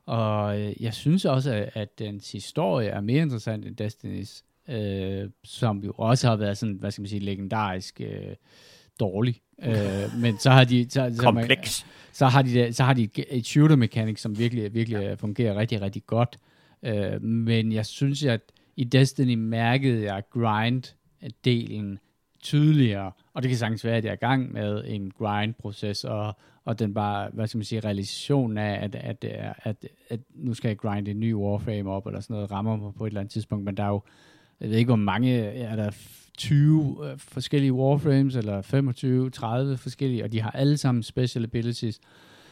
Og øh, jeg synes også, at, at dens historie er mere interessant end Destinys, øh, som jo også har været sådan, hvad skal man sige, legendarisk øh, dårlig. øh, men så har de så, kompleks. Så, så har de så har de et shooter mechanic, som virkelig virkelig ja. fungerer rigtig rigtig godt. Øh, men jeg synes at i Destiny mærkede jeg grind delen tydeligere, og det kan sagtens være at jeg er i gang med en grind proces og og den bare, hvad skal man sige, realisationen af at at, at, at, at nu skal jeg grinde en ny warframe op eller sådan noget, rammer mig på et eller andet tidspunkt, men der er jo, jeg ved ikke hvor mange er der, tyve øh, forskellige warframes, eller femogtyve, tredive forskellige, og de har alle sammen special abilities.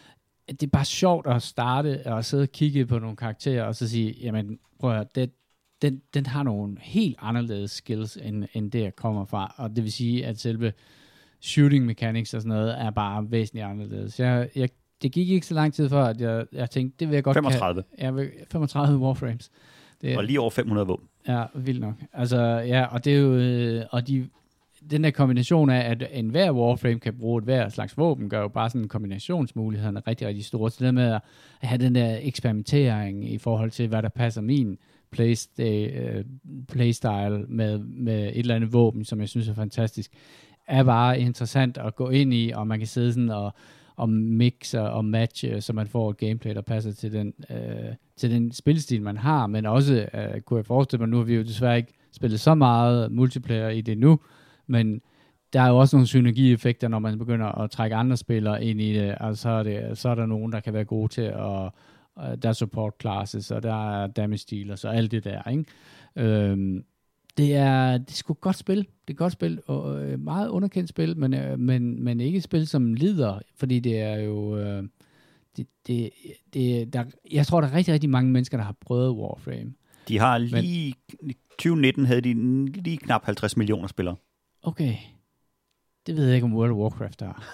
det er bare sjovt at starte og sidde og kigge på nogle karakterer, og så sige, jamen, prøv at høre, det, den, den har nogle helt anderledes skills, end, end det, jeg kommer fra. Og det vil sige, at selve shooting mechanics og sådan noget, er bare væsentligt anderledes. Jeg, jeg, det gik ikke så lang tid før, at jeg, jeg tænkte, det vil jeg godt femogtredive. Kan, jeg vil, femogtredive Warframes. Det, og lige over fem hundrede våben. Ja, vildt nok. Altså, ja, og det er jo, og de, den der kombination af, at enhver Warframe kan bruge et hver slags våben, gør jo bare sådan kombinationsmulighederne rigtig, rigtig store. Så det med at have den der eksperimentering i forhold til, hvad der passer min playstyle, uh, playstyle med, med et eller andet våben, som jeg synes er fantastisk, er bare interessant at gå ind i, og man kan sidde sådan og, og mixe og matche, så man får et gameplay, der passer til den, uh, til den spilstil, man har, men også, uh, kunne jeg forestille mig, nu har vi jo desværre ikke spillet så meget multiplayer i det nu, men der er jo også nogle synergieffekter, når man begynder at trække andre spillere ind i det, og så er, det, så er der nogen, der kan være gode til at, der er support classes, og der er damage dealers, og alt det der, ikke? Øhm, det er, det er sgu et godt spil, det er et godt spil, og øh, meget underkendt spil, men, øh, men, men ikke et spil, som lider, fordi det er jo, øh, det, det, det, der, jeg tror, der er rigtig, rigtig mange mennesker, der har prøvet Warframe. De har lige, men, i tyve nitten havde de lige knap halvtreds millioner spillere. Okay. Det ved jeg ikke, om World of Warcraft har.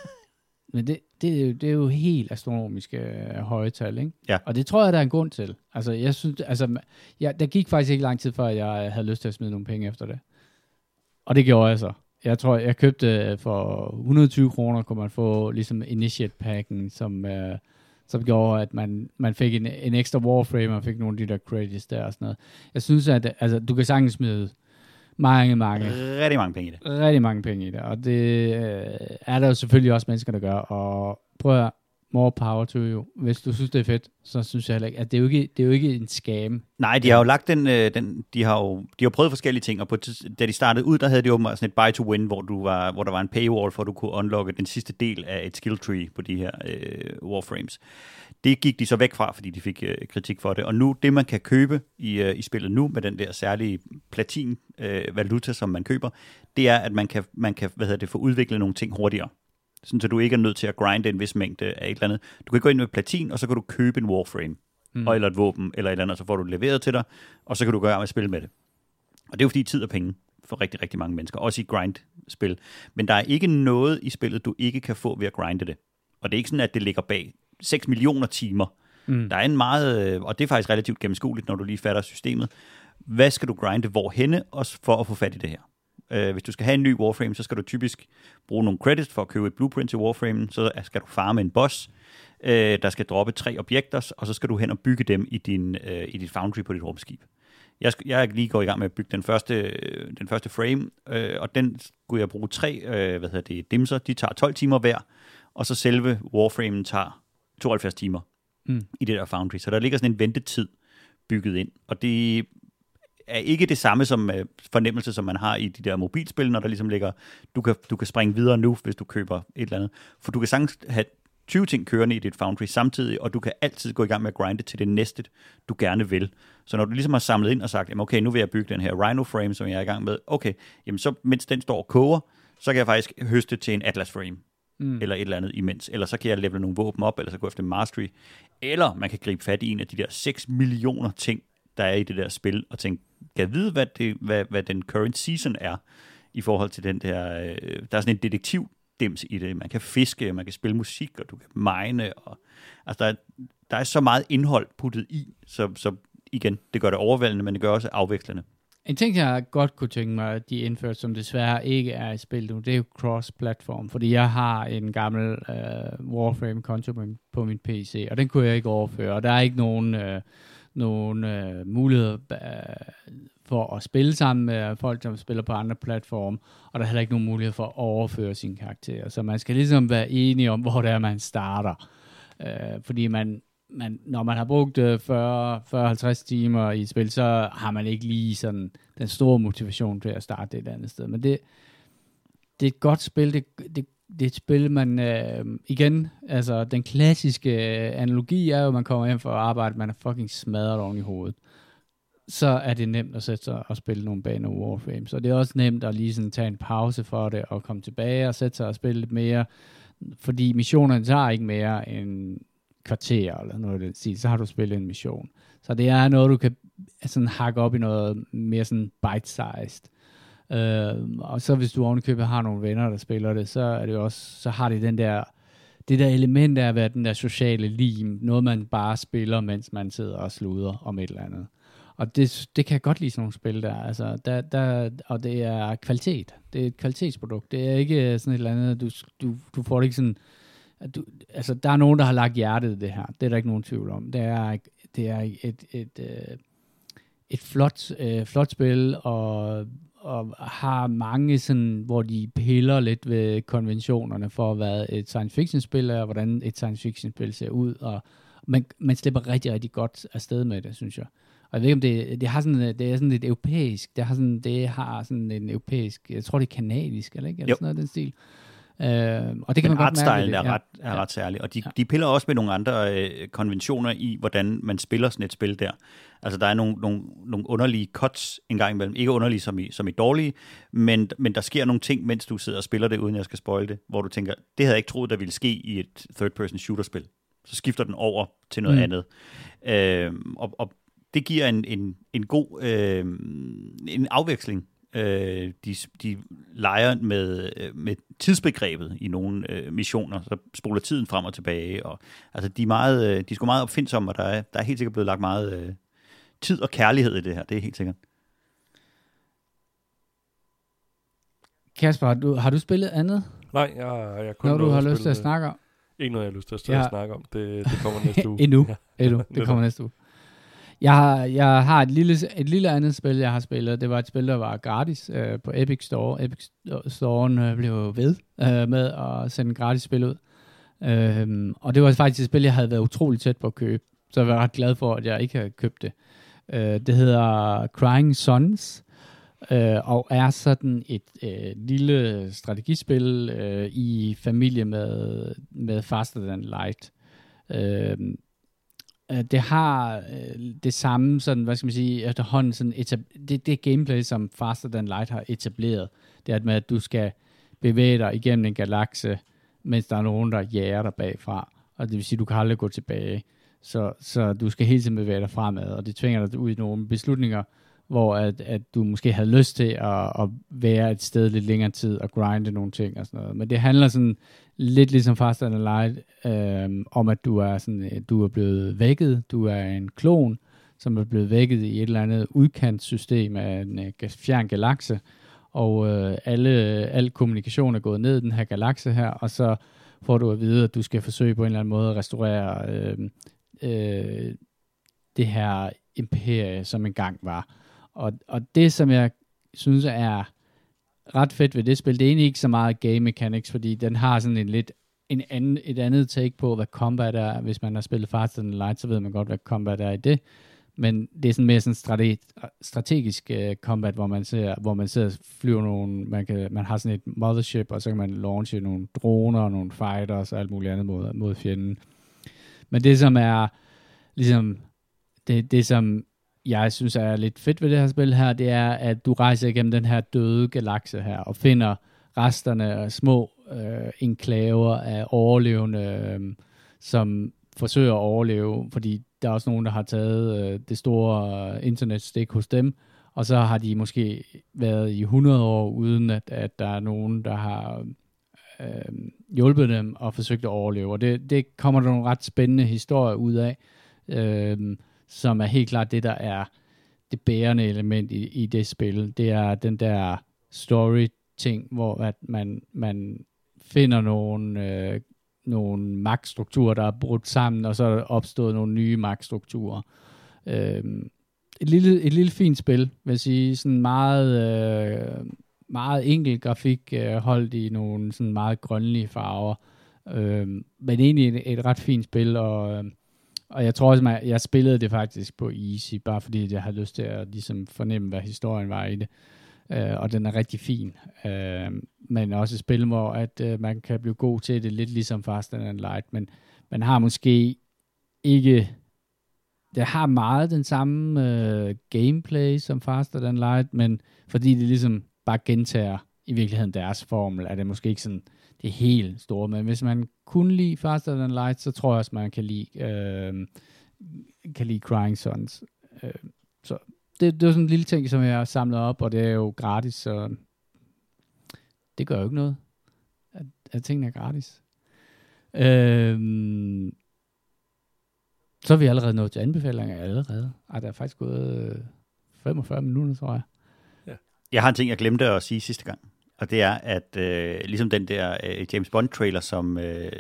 Men det, det, det er jo helt astronomiske øh, høje tal, ikke? Ja. Og det tror jeg, der er en grund til. Altså, jeg synes, altså, jeg, der gik faktisk ikke lang tid før, jeg havde lyst til at smide nogle penge efter det. Og det gjorde jeg så. Jeg tror, jeg købte for et hundrede og tyve kroner, kunne man få ligesom Initiate-packen, som, øh, som gjorde, at man, man fik en, en ekstra Warframe, og fik nogle af de der credits der og sådan noget. Jeg synes, at altså, du kan sagtens smide mange, mange. Rigtig mange penge i det. Rigtig mange penge i det, og det øh, er der jo selvfølgelig også mennesker, der gør, og prøv at more power to you. Hvis du synes, det er fedt, så synes jeg heller ikke, at det er jo ikke, det er jo ikke en scam. Nej, de har jo lagt den, øh, den de har jo de har prøvet forskellige ting, og på, da de startede ud, der havde de jo sådan et buy to win, hvor, du var, hvor der var en paywall, for at du kunne unlocke den sidste del af et skill tree på de her øh, Warframes. Det gik de så væk fra, fordi de fik øh, kritik for det. Og nu, det man kan købe i, øh, i spillet nu, med den der særlige platin øh, valuta, som man køber, det er, at man kan, man kan hvad hedder det, få udviklet nogle ting hurtigere. Sådan, så du ikke er nødt til at grinde en vis mængde af et eller andet. Du kan gå ind med platin, og så kan du købe en Warframe, mm. og eller et våben, eller et eller andet, så får du det leveret til dig, og så kan du gøre med at spille med det. Og det er jo fordi tid og penge for rigtig, rigtig mange mennesker, også i grind-spil. Men der er ikke noget i spillet, du ikke kan få ved at grinde det. Og det er ikke sådan, at det ligger bag seks millioner timer. Mm. Der er en meget, og det er faktisk relativt gennemskueligt, når du lige fatter systemet. Hvad skal du grinde hvorhenne, også for at få fat i det her? Uh, hvis du skal have en ny Warframe, så skal du typisk bruge nogle credits for at købe et blueprint til Warframe, så skal du farme en boss, uh, der skal droppe tre objekter, og så skal du hen og bygge dem i din, uh, i dit foundry på dit rumskib. Jeg, sk- jeg er lige gået i gang med at bygge den første, den første frame, uh, og den skulle jeg bruge tre uh, hvad hedder det, dimser, de tager tolv timer hver, og så selve Warframen tager tooghalvfjerds timer mm. i det der foundry. Så der ligger sådan en ventetid bygget ind, og det er ikke det samme som uh, fornemmelse, som man har i de der mobilspil, når der ligesom ligger, du kan, du kan springe videre nu, hvis du køber et eller andet. For du kan sagtens have tyve ting kørende i dit foundry samtidig, og du kan altid gå i gang med at grinde til det næste, du gerne vil. Så når du ligesom har samlet ind og sagt, jamen okay, nu vil jeg bygge den her Rhino frame, som jeg er i gang med, okay, jamen så mens den står og koger, så kan jeg faktisk høste til en Atlas frame. Mm. Eller et eller andet imens. Eller så kan jeg levele nogle våben op, eller så gå efter mastery. Eller man kan gribe fat i en af de der seks millioner ting, der er i det der spil, og tænke, kan jeg vide, hvad, det, hvad, hvad den current season er, i forhold til den der, øh, der er sådan en detektivdims i det. Man kan fiske, man kan spille musik, og du kan mine, og altså der er, der er så meget indhold puttet i, så, så igen, det gør det overvældende, men det gør også afvekslende. En ting, jeg godt kunne tænke mig, at de indførte, som desværre ikke er i spil nu, det er jo cross-platform, fordi jeg har en gammel uh, Warframe-konto på min P C, og den kunne jeg ikke overføre, og der er ikke nogen, uh, nogen uh, muligheder uh, for at spille sammen med folk, der spiller på andre platforme, og der er heller ikke nogen mulighed for at overføre sine karakterer, så man skal ligesom være enige om, hvor det er, man starter, uh, fordi man Man, når man har brugt fyrre til halvtreds timer i et spil, så har man ikke lige sådan den store motivation til at starte det et andet sted. Men det, det er et godt spil. Det, det, det er et spil, man øh, igen, altså den klassiske analogi er jo, at man kommer hjem fra arbejde, man er fucking smadret oven i hovedet. så er det nemt at sætte sig og spille nogle baner Warframe. Så det er også nemt at lige sådan tage en pause for det, og komme tilbage og sætte sig og spille lidt mere, fordi missionerne tager ikke mere end kvarter, eller noget af den stil, så har du spillet en mission. Så det er noget, du kan sådan hakke op i noget mere sådan bite-sized. Uh, og så hvis du ovenikøbet har nogle venner, der spiller det, så er det også, så har det den der, det der element af at være den der sociale lim, noget man bare spiller, mens man sidder og sluder om et eller andet. Og det, det kan jeg godt lide sådan nogle spil der, altså, der, der, og det er kvalitet. Det er et kvalitetsprodukt. Det er ikke sådan et eller andet, du, du, du får det ikke sådan, at du, altså der er nogen, der har lagt hjertet i det her. Det er der ikke nogen tvivl om. Det er, det er et, et, et, et flot, øh, flot spil, og, og har mange sådan, hvor de piller lidt ved konventionerne for, hvad et science fiction spil er, og hvordan et science fiction spil ser ud, og man, man slipper rigtig, rigtig godt afsted med det, synes jeg. Og jeg ved ikke, om det, det har sådan, det er sådan lidt europæisk, det har sådan, det har sådan en europæisk, jeg tror det er kanadisk, eller ikke? Eller sådan noget af den stil. Uh, og det kan men man godt mærke. Men er, ret, er ja. ret særlig, og de, ja. de piller også med nogle andre øh, konventioner i, hvordan man spiller sådan et spil der. Altså der er nogle, nogle, nogle underlige cuts en gang imellem, ikke underlige som i, som i dårlige, men, men der sker nogle ting, mens du sidder og spiller det, uden jeg skal spoile det, hvor du tænker, det havde jeg ikke troet, der ville ske i et third-person shooter-spil. Så skifter den over til noget mm. andet. Øh, og, og det giver en, en, en god øh, en afveksling. Øh, de, de leger med, med tidsbegrebet i nogle øh, missioner, så spoler tiden frem og tilbage. Og, altså, de er, meget, de er sgu meget opfindsomme, og der er, der er helt sikkert blevet lagt meget øh, tid og kærlighed i det her. Det er helt sikkert. Kasper, har du, har du spillet andet? Nej, jeg, jeg kun Når du har lyst til at snakke om? Ikke noget, jeg har lyst til at, ja. at snakke om. Det, det kommer næste uge. Endnu. Ja. Endnu. Det kommer næste uge. Jeg har, jeg har et, lille, et lille andet spil, jeg har spillet. Det var et spil, der var gratis øh, på Epic Store. Epic Store'en øh, blev ved øh, med at sende gratis spil ud. Øh, og det var faktisk et spil, jeg havde været utrolig tæt på at købe. Så jeg var ret glad for, at jeg ikke havde købt det. Øh, det hedder Crying Sons, øh, og er sådan et øh, lille strategispil øh, i familie med, med Faster Than Light. Øh, Det har øh, det samme, sådan, hvad skal man sige, efterhånden sådan etab- det, det gameplay, som Faster Than Light har etableret. Det er med, at du skal bevæge dig igennem en galakse, mens der er nogen, der jager dig bagfra. Og det vil sige, at du kan aldrig gå tilbage. Så, så du skal hele tiden bevæge dig fremad, og det tvinger dig ud i nogle beslutninger, hvor at, at du måske havde lyst til at, at være et sted lidt længere tid og grinde nogle ting og sådan noget. Men det handler sådan lidt ligesom Faster Than Light, øh, om at du er, sådan, du er blevet vækket. Du er en klon, som er blevet vækket i et eller andet udkantssystem af en uh, fjern galakse, og øh, alle, al kommunikation er gået ned i den her galakse her, og så får du at vide, at du skal forsøge på en eller anden måde at restaurere øh, øh, det her imperie, som engang var. Og, og det, som jeg synes er ret fedt ved det spil, det er egentlig ikke så meget game mechanics, fordi den har sådan en lidt en anden, et andet take på, hvad combat er. Hvis man har spillet Faster Than Light, så ved man godt, hvad combat er i det. Men det er sådan mere sådan strate- strategisk uh, combat, hvor man ser, hvor man sidder og flyver nogle, man, kan, man har sådan et mothership, og så kan man launche nogle droner og nogle fighters og alt muligt andet mod, mod fjenden. Men det, som er ligesom, det, det som jeg synes er lidt fedt ved det her spil her, det er, at du rejser igennem den her døde galakse her, og finder resterne af små øh, enklaver af overlevende, øh, som forsøger at overleve, fordi der er også nogen, der har taget øh, det store øh, internetstik hos dem, og så har de måske været i hundrede år, uden at, at der er nogen, der har øh, hjulpet dem og forsøgt at overleve. Og det, det kommer der nogle ret spændende historier ud af, øh, som er helt klart det, der er det bærende element i, i det spil. Det er den der story-ting, hvor at man, man finder nogle, øh, nogle magtstrukturer, der er brudt sammen, og så er der opstået nogle nye magtstrukturer. Øh, et, lille, et lille fint spil, vil jeg sige. Sådan meget, øh, meget enkel grafik, øh, holdt i nogle sådan meget grønlige farver. Øh, men egentlig et, et ret fint spil, og øh, Og jeg tror også, at jeg spillede det faktisk på easy, bare fordi jeg havde lyst til at ligesom fornemme, hvad historien var i det. Uh, og den er rigtig fin. Uh, men også et spil, hvor at, uh, man kan blive god til det, lidt ligesom Faster Than Light. Men man har måske ikke det har meget den samme øh, gameplay som Faster Than Light, men fordi det ligesom bare gentager i virkeligheden deres formel, er det måske ikke sådan det helt store, men hvis man kun lide Faster Than Light, så tror jeg også, man kan lide, øh, kan lide Crying Sons. Øh, så det, det er sådan en lille ting, som jeg har samlet op, og det er jo gratis, så det gør jo ikke noget, at, at tingene er gratis. Øh, så er vi allerede nået til anbefalinger allerede. Ej, der er faktisk gået femogfyrre minutter, tror jeg. Ja. Jeg har en ting, jeg glemte at sige sidste gang. Og det er, at øh, ligesom den der øh, James Bond-trailer, som øh,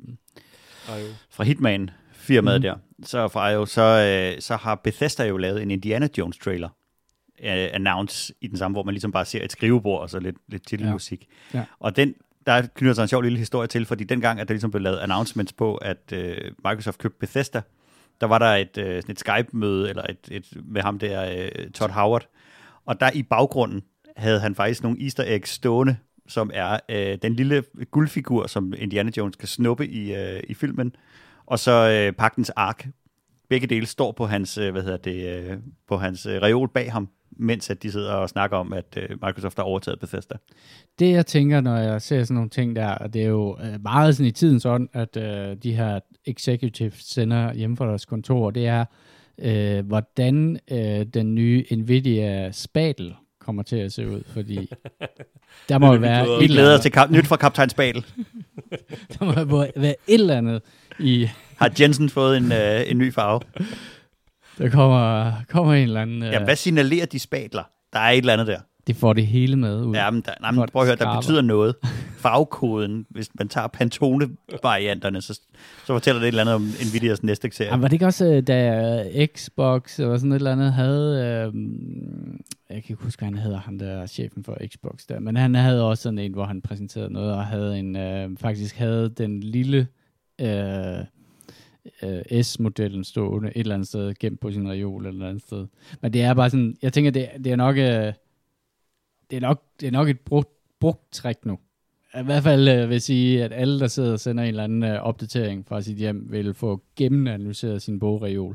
fra Hitman-firmaet mm-hmm. der, så fra jo, så, øh, så har Bethesda jo lavet en Indiana Jones-trailer, øh, announce i den samme, hvor man ligesom bare ser et skrivebord og så lidt, lidt titelmusik. Ja. Ja. Og den, der knytter sig en sjov lille historie til, fordi dengang, at der ligesom blev lavet announcements på, at øh, Microsoft købte Bethesda, der var der et, øh, et Skype-møde eller et, et, med ham der, øh, Todd Howard, og der i baggrunden havde han faktisk nogle easter eggs stående, som er øh, den lille guldfigur, som Indiana Jones kan snuppe i, øh, i filmen, og så øh, Pagtens Ark. Begge dele står på hans, øh, hvad hedder det, øh, på hans øh, reol bag ham, mens at de sidder og snakker om, at øh, Microsoft har overtaget Bethesda. Det jeg tænker, når jeg ser sådan nogle ting der, og det er jo øh, meget sådan i tiden sådan, at øh, de her executives sender hjemme fra deres kontor, det er, øh, hvordan øh, den nye Nvidia Spatel kommer til at se ud, fordi der må jo være et Vi glæder os til kap- nyt fra Kaptajn Spatel. Der må være et eller andet i... Har Jensen fået en, øh, en ny farve? Der kommer, kommer en eller anden... Øh... Ja, hvad signalerer de spatler? Der er et eller andet der. Det får det hele med ud. Ja, men, der, nej, men prøv at høre, der betyder noget. Farvekoden, hvis man tager Pantone-varianterne, så, så fortæller det et eller andet om Nvidias næste serie. Ja, var det ikke også, da Xbox eller sådan et eller andet havde... Øh, jeg kan ikke huske, hvad han hedder, han der chefen for Xbox der, men han havde også sådan en, hvor han præsenterede noget, og havde en, øh, faktisk havde den lille øh, øh, S-modellen stående et eller andet sted, gemt på sin reol eller et eller andet sted. Men det er bare sådan, jeg tænker, det, det er nok... Øh, Det er nok, det er nok et brugt, brugt trick nu. I hvert fald øh, vil sige, at alle, der sidder og sender en eller anden øh, opdatering fra sit hjem, vil få gennemanalyseret sin bogreol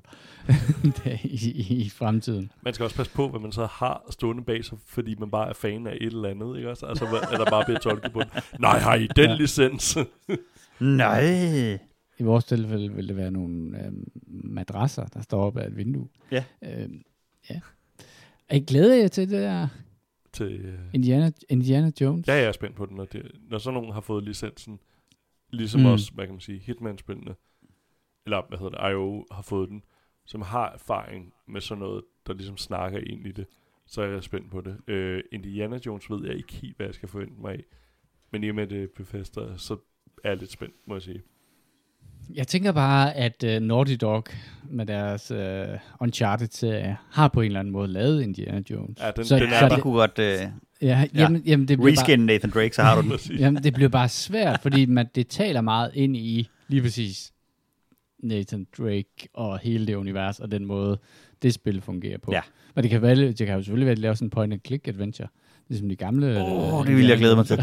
i, i, i fremtiden. Man skal også passe på, hvad man så har stående bag sig, fordi man bare er fan af et eller andet, ikke også? Altså, eller bare bliver tolket på den. Nej, har I den ja. licens? Nej. I vores tilfælde vil det være nogle øh, madrasser, der står op ad et vindue. Ja. Øh, ja. Er I glæder jer til det der? Til, uh... Indiana, Indiana Jones? Ja, jeg er spændt på den, når, det, når sådan nogen har fået licensen, ligesom mm. også, hvad kan man sige, Hitman-spillene, eller hvad hedder det, I O har fået den, som har erfaring med sådan noget, der ligesom snakker ind i det, så er jeg spændt på det. Uh, Indiana Jones ved jeg ikke helt, hvad jeg skal forvente mig af, men i og med det Bethesda, så er jeg lidt spændt, må jeg sige. Jeg tænker bare, at uh, Naughty Dog med deres uh, Uncharted-serie har på en eller anden måde lavet Indiana Jones. Ja, den, så, den er så bare kunne godt... Uh, ja, jamen, ja. jamen, det Reskin bare, Nathan Drake, så har du den. Jamen, det bliver bare svært, fordi man, det taler meget ind i lige præcis Nathan Drake og hele det univers, og den måde, det spil fungerer på. Ja. Men det kan, være, det kan jo selvfølgelig være at lave sådan en point-and-click-adventure, ligesom de gamle... Åh, oh, det vil jeg glæde mig til.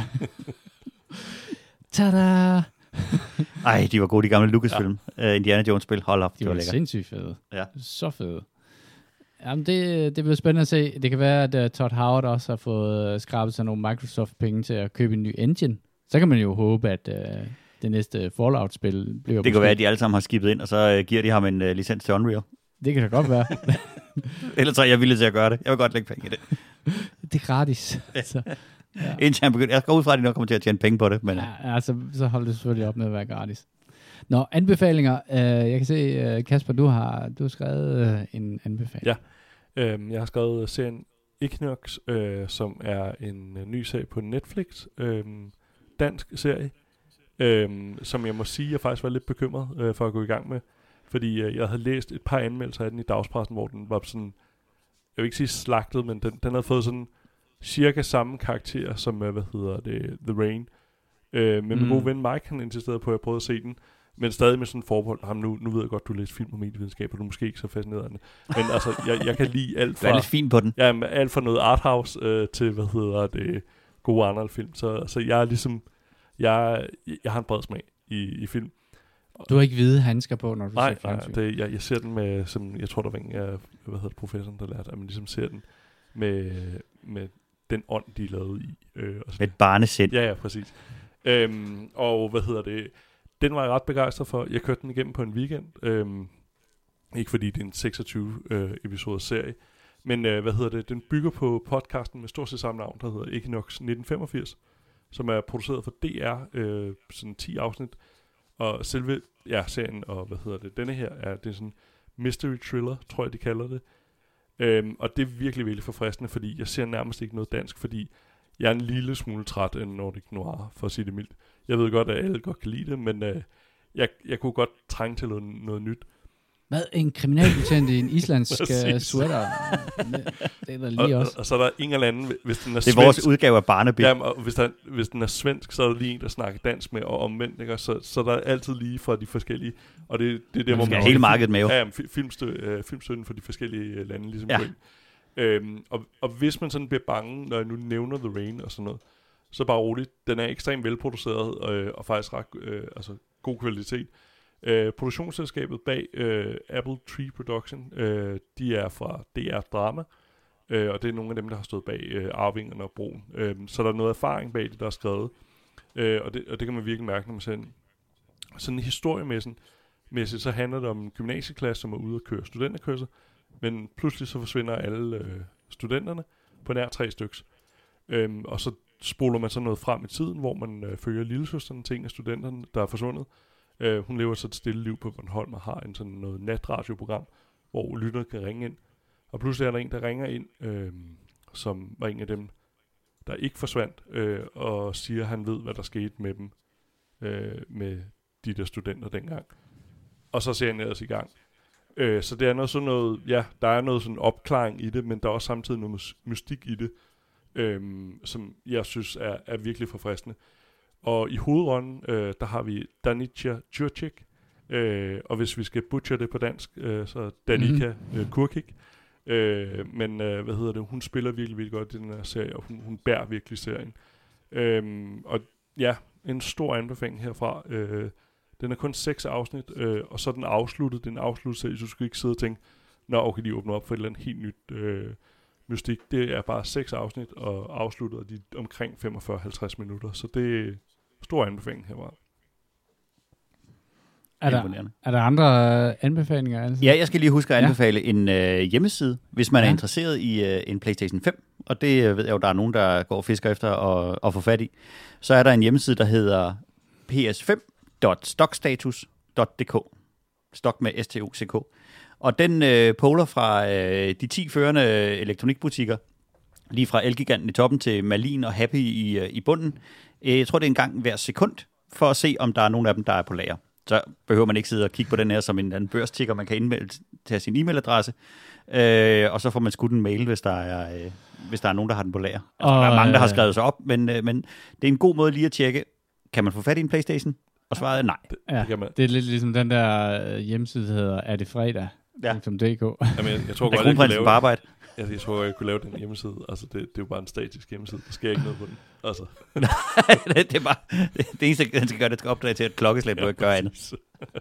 Tada! Ej, de var gode, de gamle Lucasfilm. Ja. Uh, Indiana Jones-spil, hold op. De var, var sindssygt fede. Ja. Så fede. Jamen, det, det bliver spændende at se. Det kan være, at uh, Todd Howard også har fået uh, skrabet sig nogle Microsoft-penge til at købe en ny engine. Så kan man jo håbe, at uh, det næste Fallout-spil bliver... Det kan være, at de alle sammen har skibet ind, og så uh, giver de ham en uh, licens til Unreal. Det kan da godt være. Ellers er jeg villig til at gøre det. Jeg vil godt lægge penge i det. Det er gratis. Så, ja. Indtil han begynder. Jeg går ud fra, at de nok kommer til at tjene penge på det. Men... Ja, altså, så holder det selvfølgelig op med at være gratis. Nå, anbefalinger. Uh, jeg kan se, uh, Kasper, du har, du har skrevet uh, en anbefaling. Ja, uh, jeg har skrevet serien Equinox, uh, som er en uh, ny serie på Netflix. Uh, dansk serie, uh, som jeg må sige, jeg faktisk var lidt bekymret uh, for at gå i gang med. Fordi uh, jeg havde læst et par anmeldelser af den i dagspressen, hvor den var sådan, jeg vil ikke sige slagtet, men den, den havde fået sådan cirka samme karakter som, uh, hvad hedder det, The Rain. Uh, men min mm. gode ven Mike, han insisterede på, at jeg prøvede at se den, men stadig med sådan en forbehold. Ham, nu, nu ved jeg godt, du læser film og medievidenskab, og du er måske ikke så fascinerende. Men altså, jeg, jeg kan lide alt fra... Du er lidt fin på den. Ja, alt fra noget arthouse øh, til, hvad hedder det, gode Arnold-film. Så, så jeg er ligesom... Jeg, jeg har en bred smag i, i film. Du har ikke hvide handsker på, når du nej, ser fjernsyn? Nej, det, jeg, jeg ser den med, som jeg tror, der var en af, hvad hedder det, professoren, der lærte, at man ligesom ser den med, med den ånd, de er lavet i. Øh, og med et barnesind. Ja, ja, præcis. Øhm, og hvad hedder det? Den var jeg ret begejstret for. Jeg kørte den igennem på en weekend. Øhm, ikke fordi det er en seksogtyve øh, episoders serie. Men øh, hvad hedder det? Den bygger på podcasten med stort set samme navn, der hedder Equinox nitten femogfirs, som er produceret for D R, øh, sådan ti afsnit. Og selve ja, serien, og hvad hedder det? Denne her er, det er sådan mystery thriller, tror jeg, de kalder det. Øhm, og det er virkelig, virkelig forfriskende, fordi jeg ser nærmest ikke noget dansk, fordi jeg er en lille smule træt af Nordic Noir, for at sige det mildt. Jeg ved godt, at alle godt kan lide det, men øh, jeg, jeg kunne godt trænge til noget, noget nyt. Hvad? En kriminalbetjent i en islandsk uh, sweater? Det er der lige og, også. Og, og så er der en eller anden, hvis den er Det er svensk, vores udgave af Barnaby. Jamen, og hvis, der, hvis den er svensk, så er der lige en, der snakker dansk med, og omvendt, ikke? Så, så der er altid lige fra de forskellige, og det, det er der, hvor man... hele markedet med jo. Ja, jamen, filmstø, øh, filmstøtten for de forskellige lande, ligesom ja. øhm, og, og hvis man sådan bliver bange, når jeg nu nævner The Rain og sådan noget, så bare roligt, den er ekstremt velproduceret, øh, og faktisk ret øh, altså, god kvalitet. Øh, produktionsselskabet bag øh, Apple Tree Production, øh, de er fra D R Drama, øh, og det er nogle af dem, der har stået bag øh, Arvingerne og Broen. Øh, så der er noget erfaring bag det, der er skrevet, øh, og, det, og det kan man virkelig mærke, når man ser den. Sådan historiemæssigt, så handler det om en gymnasieklasse, som er ude at køre studenterkørsel, men pludselig så forsvinder alle øh, studenterne på nær tre styks. Øh, og så spoler man så noget frem i tiden, hvor man øh, følger lillesøsteren til en af studenterne, der er forsvundet. Uh, hun lever så et stille liv på Bornholm og har en sådan noget natradioprogram, hvor lytterne kan ringe ind. Og pludselig er der en, der ringer ind, øh, som var en af dem, der ikke forsvandt, øh, og siger, at han ved, hvad der skete med dem, øh, med de der studenter dengang. Og så ser han ellers i gang. Øh, så det er noget sådan noget, ja, der er noget sådan opklaring i det, men der er også samtidig noget mystik i det, øh, som jeg synes er, er virkelig forfriskende. Og i hovedrollen, øh, der har vi Danica Jurčić, øh, og hvis vi skal butcher det på dansk, øh, så Danica mm. øh, Kurkic. Øh, men øh, hvad hedder det? Hun spiller virkelig, virkelig godt i den her serie, og hun, hun bærer virkelig serien. Øh, og ja, en stor anbefaling herfra. Øh, den er kun seks afsnit, øh, og så er den afsluttet. Den er afsluttet serie, så du skal ikke sidde og tænke, nå, okay, de åbner op for et eller andet helt nyt øh, mystik. Det er bare seks afsnit og afsluttet, og de er omkring femogfyrre til halvtreds minutter, så det er stor anbefaling herfra. Er der, er der andre øh, anbefalinger? Altså? Ja, jeg skal lige huske at anbefale ja. en øh, hjemmeside, hvis man ja. er interesseret i øh, en PlayStation fem, og det øh, ved jeg jo, der er nogen, der går og fisker efter at, at få fat i. Så er der en hjemmeside, der hedder p s fem punktum stockstatus punktum d k. Stock med S T O C K. Og den øh, poler fra øh, de ti førende elektronikbutikker, lige fra Elgiganten i toppen til Malin og Happy i, øh, i bunden. Jeg tror, det er en gang hver sekund, for at se, om der er nogen af dem, der er på lager. Så behøver man ikke sidde og kigge på den her som en anden børstikker, man kan indmelde til sin e-mailadresse, øh, og så får man skudt en mail, hvis der er, øh, hvis der er nogen, der har den på lager. Altså, og, der er mange, der har skrevet sig op, men, øh, men det er en god måde lige at tjekke, kan man få fat i en PlayStation? Og svaret er nej. Ja, det, kan man. Det er lidt ligesom den der hjemmeside, der hedder Er det fredag? Ja. Som D K. Jamen, jeg, jeg tror godt, jeg kunne lave arbejde. Jeg, jeg tror, jeg kunne lave den hjemmeside. Altså, det, det er jo bare en statisk hjemmeside. Der sker ikke noget på den. Altså. Nej, det er bare... Det, det eneste, den skal gøre, det skal opdage til et klokkeslæt, ja, du ikke gør andet.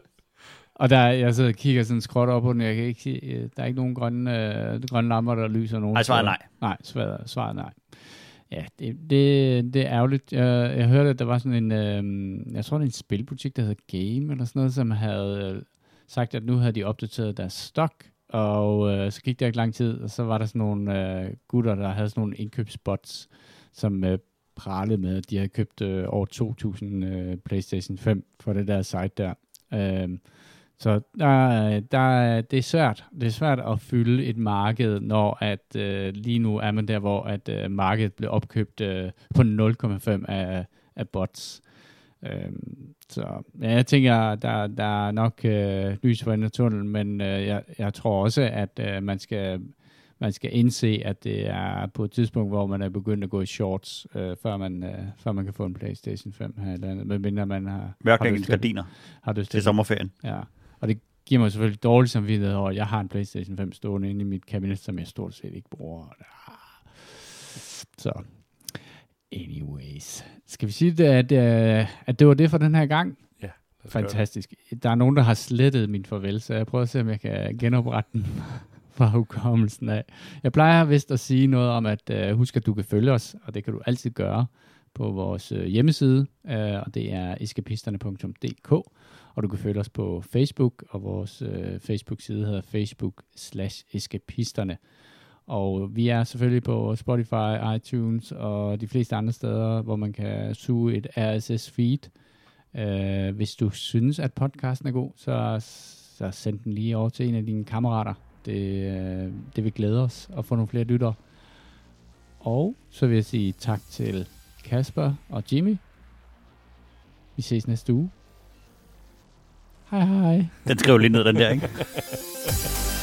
Og der, jeg sidder og kigger sådan skråt op på den, jeg kan ikke se, der er ikke nogen grønne, øh, grønne lamper, der lyser nogen. Nej, svaret nej. Nej, svaret, svaret nej. Ja, det, det, det er ærgerligt. Jeg, jeg hørte, at der var sådan en, øh, jeg tror, det er en spilbutik, der hedder Game, eller sådan noget, som havde øh, sagt, at nu havde de opdateret deres stok, og øh, så gik der ikke lang tid, og så var der sådan nogle øh, gutter, der havde sådan nogle indkøbsbots, som øh, pralede med, at de havde købt øh, over to tusind øh, PlayStation fem for det der site der. Øh, så der, der, det er svært. Det er svært at fylde et marked, når at øh, lige nu er man der, hvor at øh, markedet bliver opkøbt øh, på nul komma fem af, af bots. Øh, så ja, jeg tænker, der, der er nok øh, lys for enden af tunnelen, men øh, jeg, jeg tror også, at øh, man skal man skal indse, at det er på et tidspunkt, hvor man er begyndt at gå i shorts, øh, før, man, øh, før man kan få en PlayStation fem her eller andet, medmindre man har... Mørklæggens gardiner har det til sommerferien. Ja, og det giver mig selvfølgelig dårlig samvittighed over, at jeg har en PlayStation fem stående inde i mit kabinet, som jeg stort set ikke bruger. Så, anyways. Skal vi sige, at, at det var det for den her gang? Ja, Fantastisk. Der er nogen, der har slettet min farvel, så jeg prøver at se, om jeg kan genoprette den fra hukommelsen af. Jeg plejer vist at sige noget om, at uh, husk, at du kan følge os, og det kan du altid gøre på vores uh, hjemmeside, uh, og det er eskapisterne punktum d k, og du kan følge os på Facebook, og vores uh, Facebook-side hedder Facebook slash eskapisterne. Og vi er selvfølgelig på Spotify, iTunes og de fleste andre steder, hvor man kan suge et R S S-feed. Uh, hvis du synes, at podcasten er god, så, så send den lige over til en af dine kammerater. Det, uh, det vil glæde os at få nogle flere lyttere. Og så vil jeg sige tak til Kasper og Jimmy. Vi ses næste uge. Hej hej. Den skriver lige ned, den der, ikke?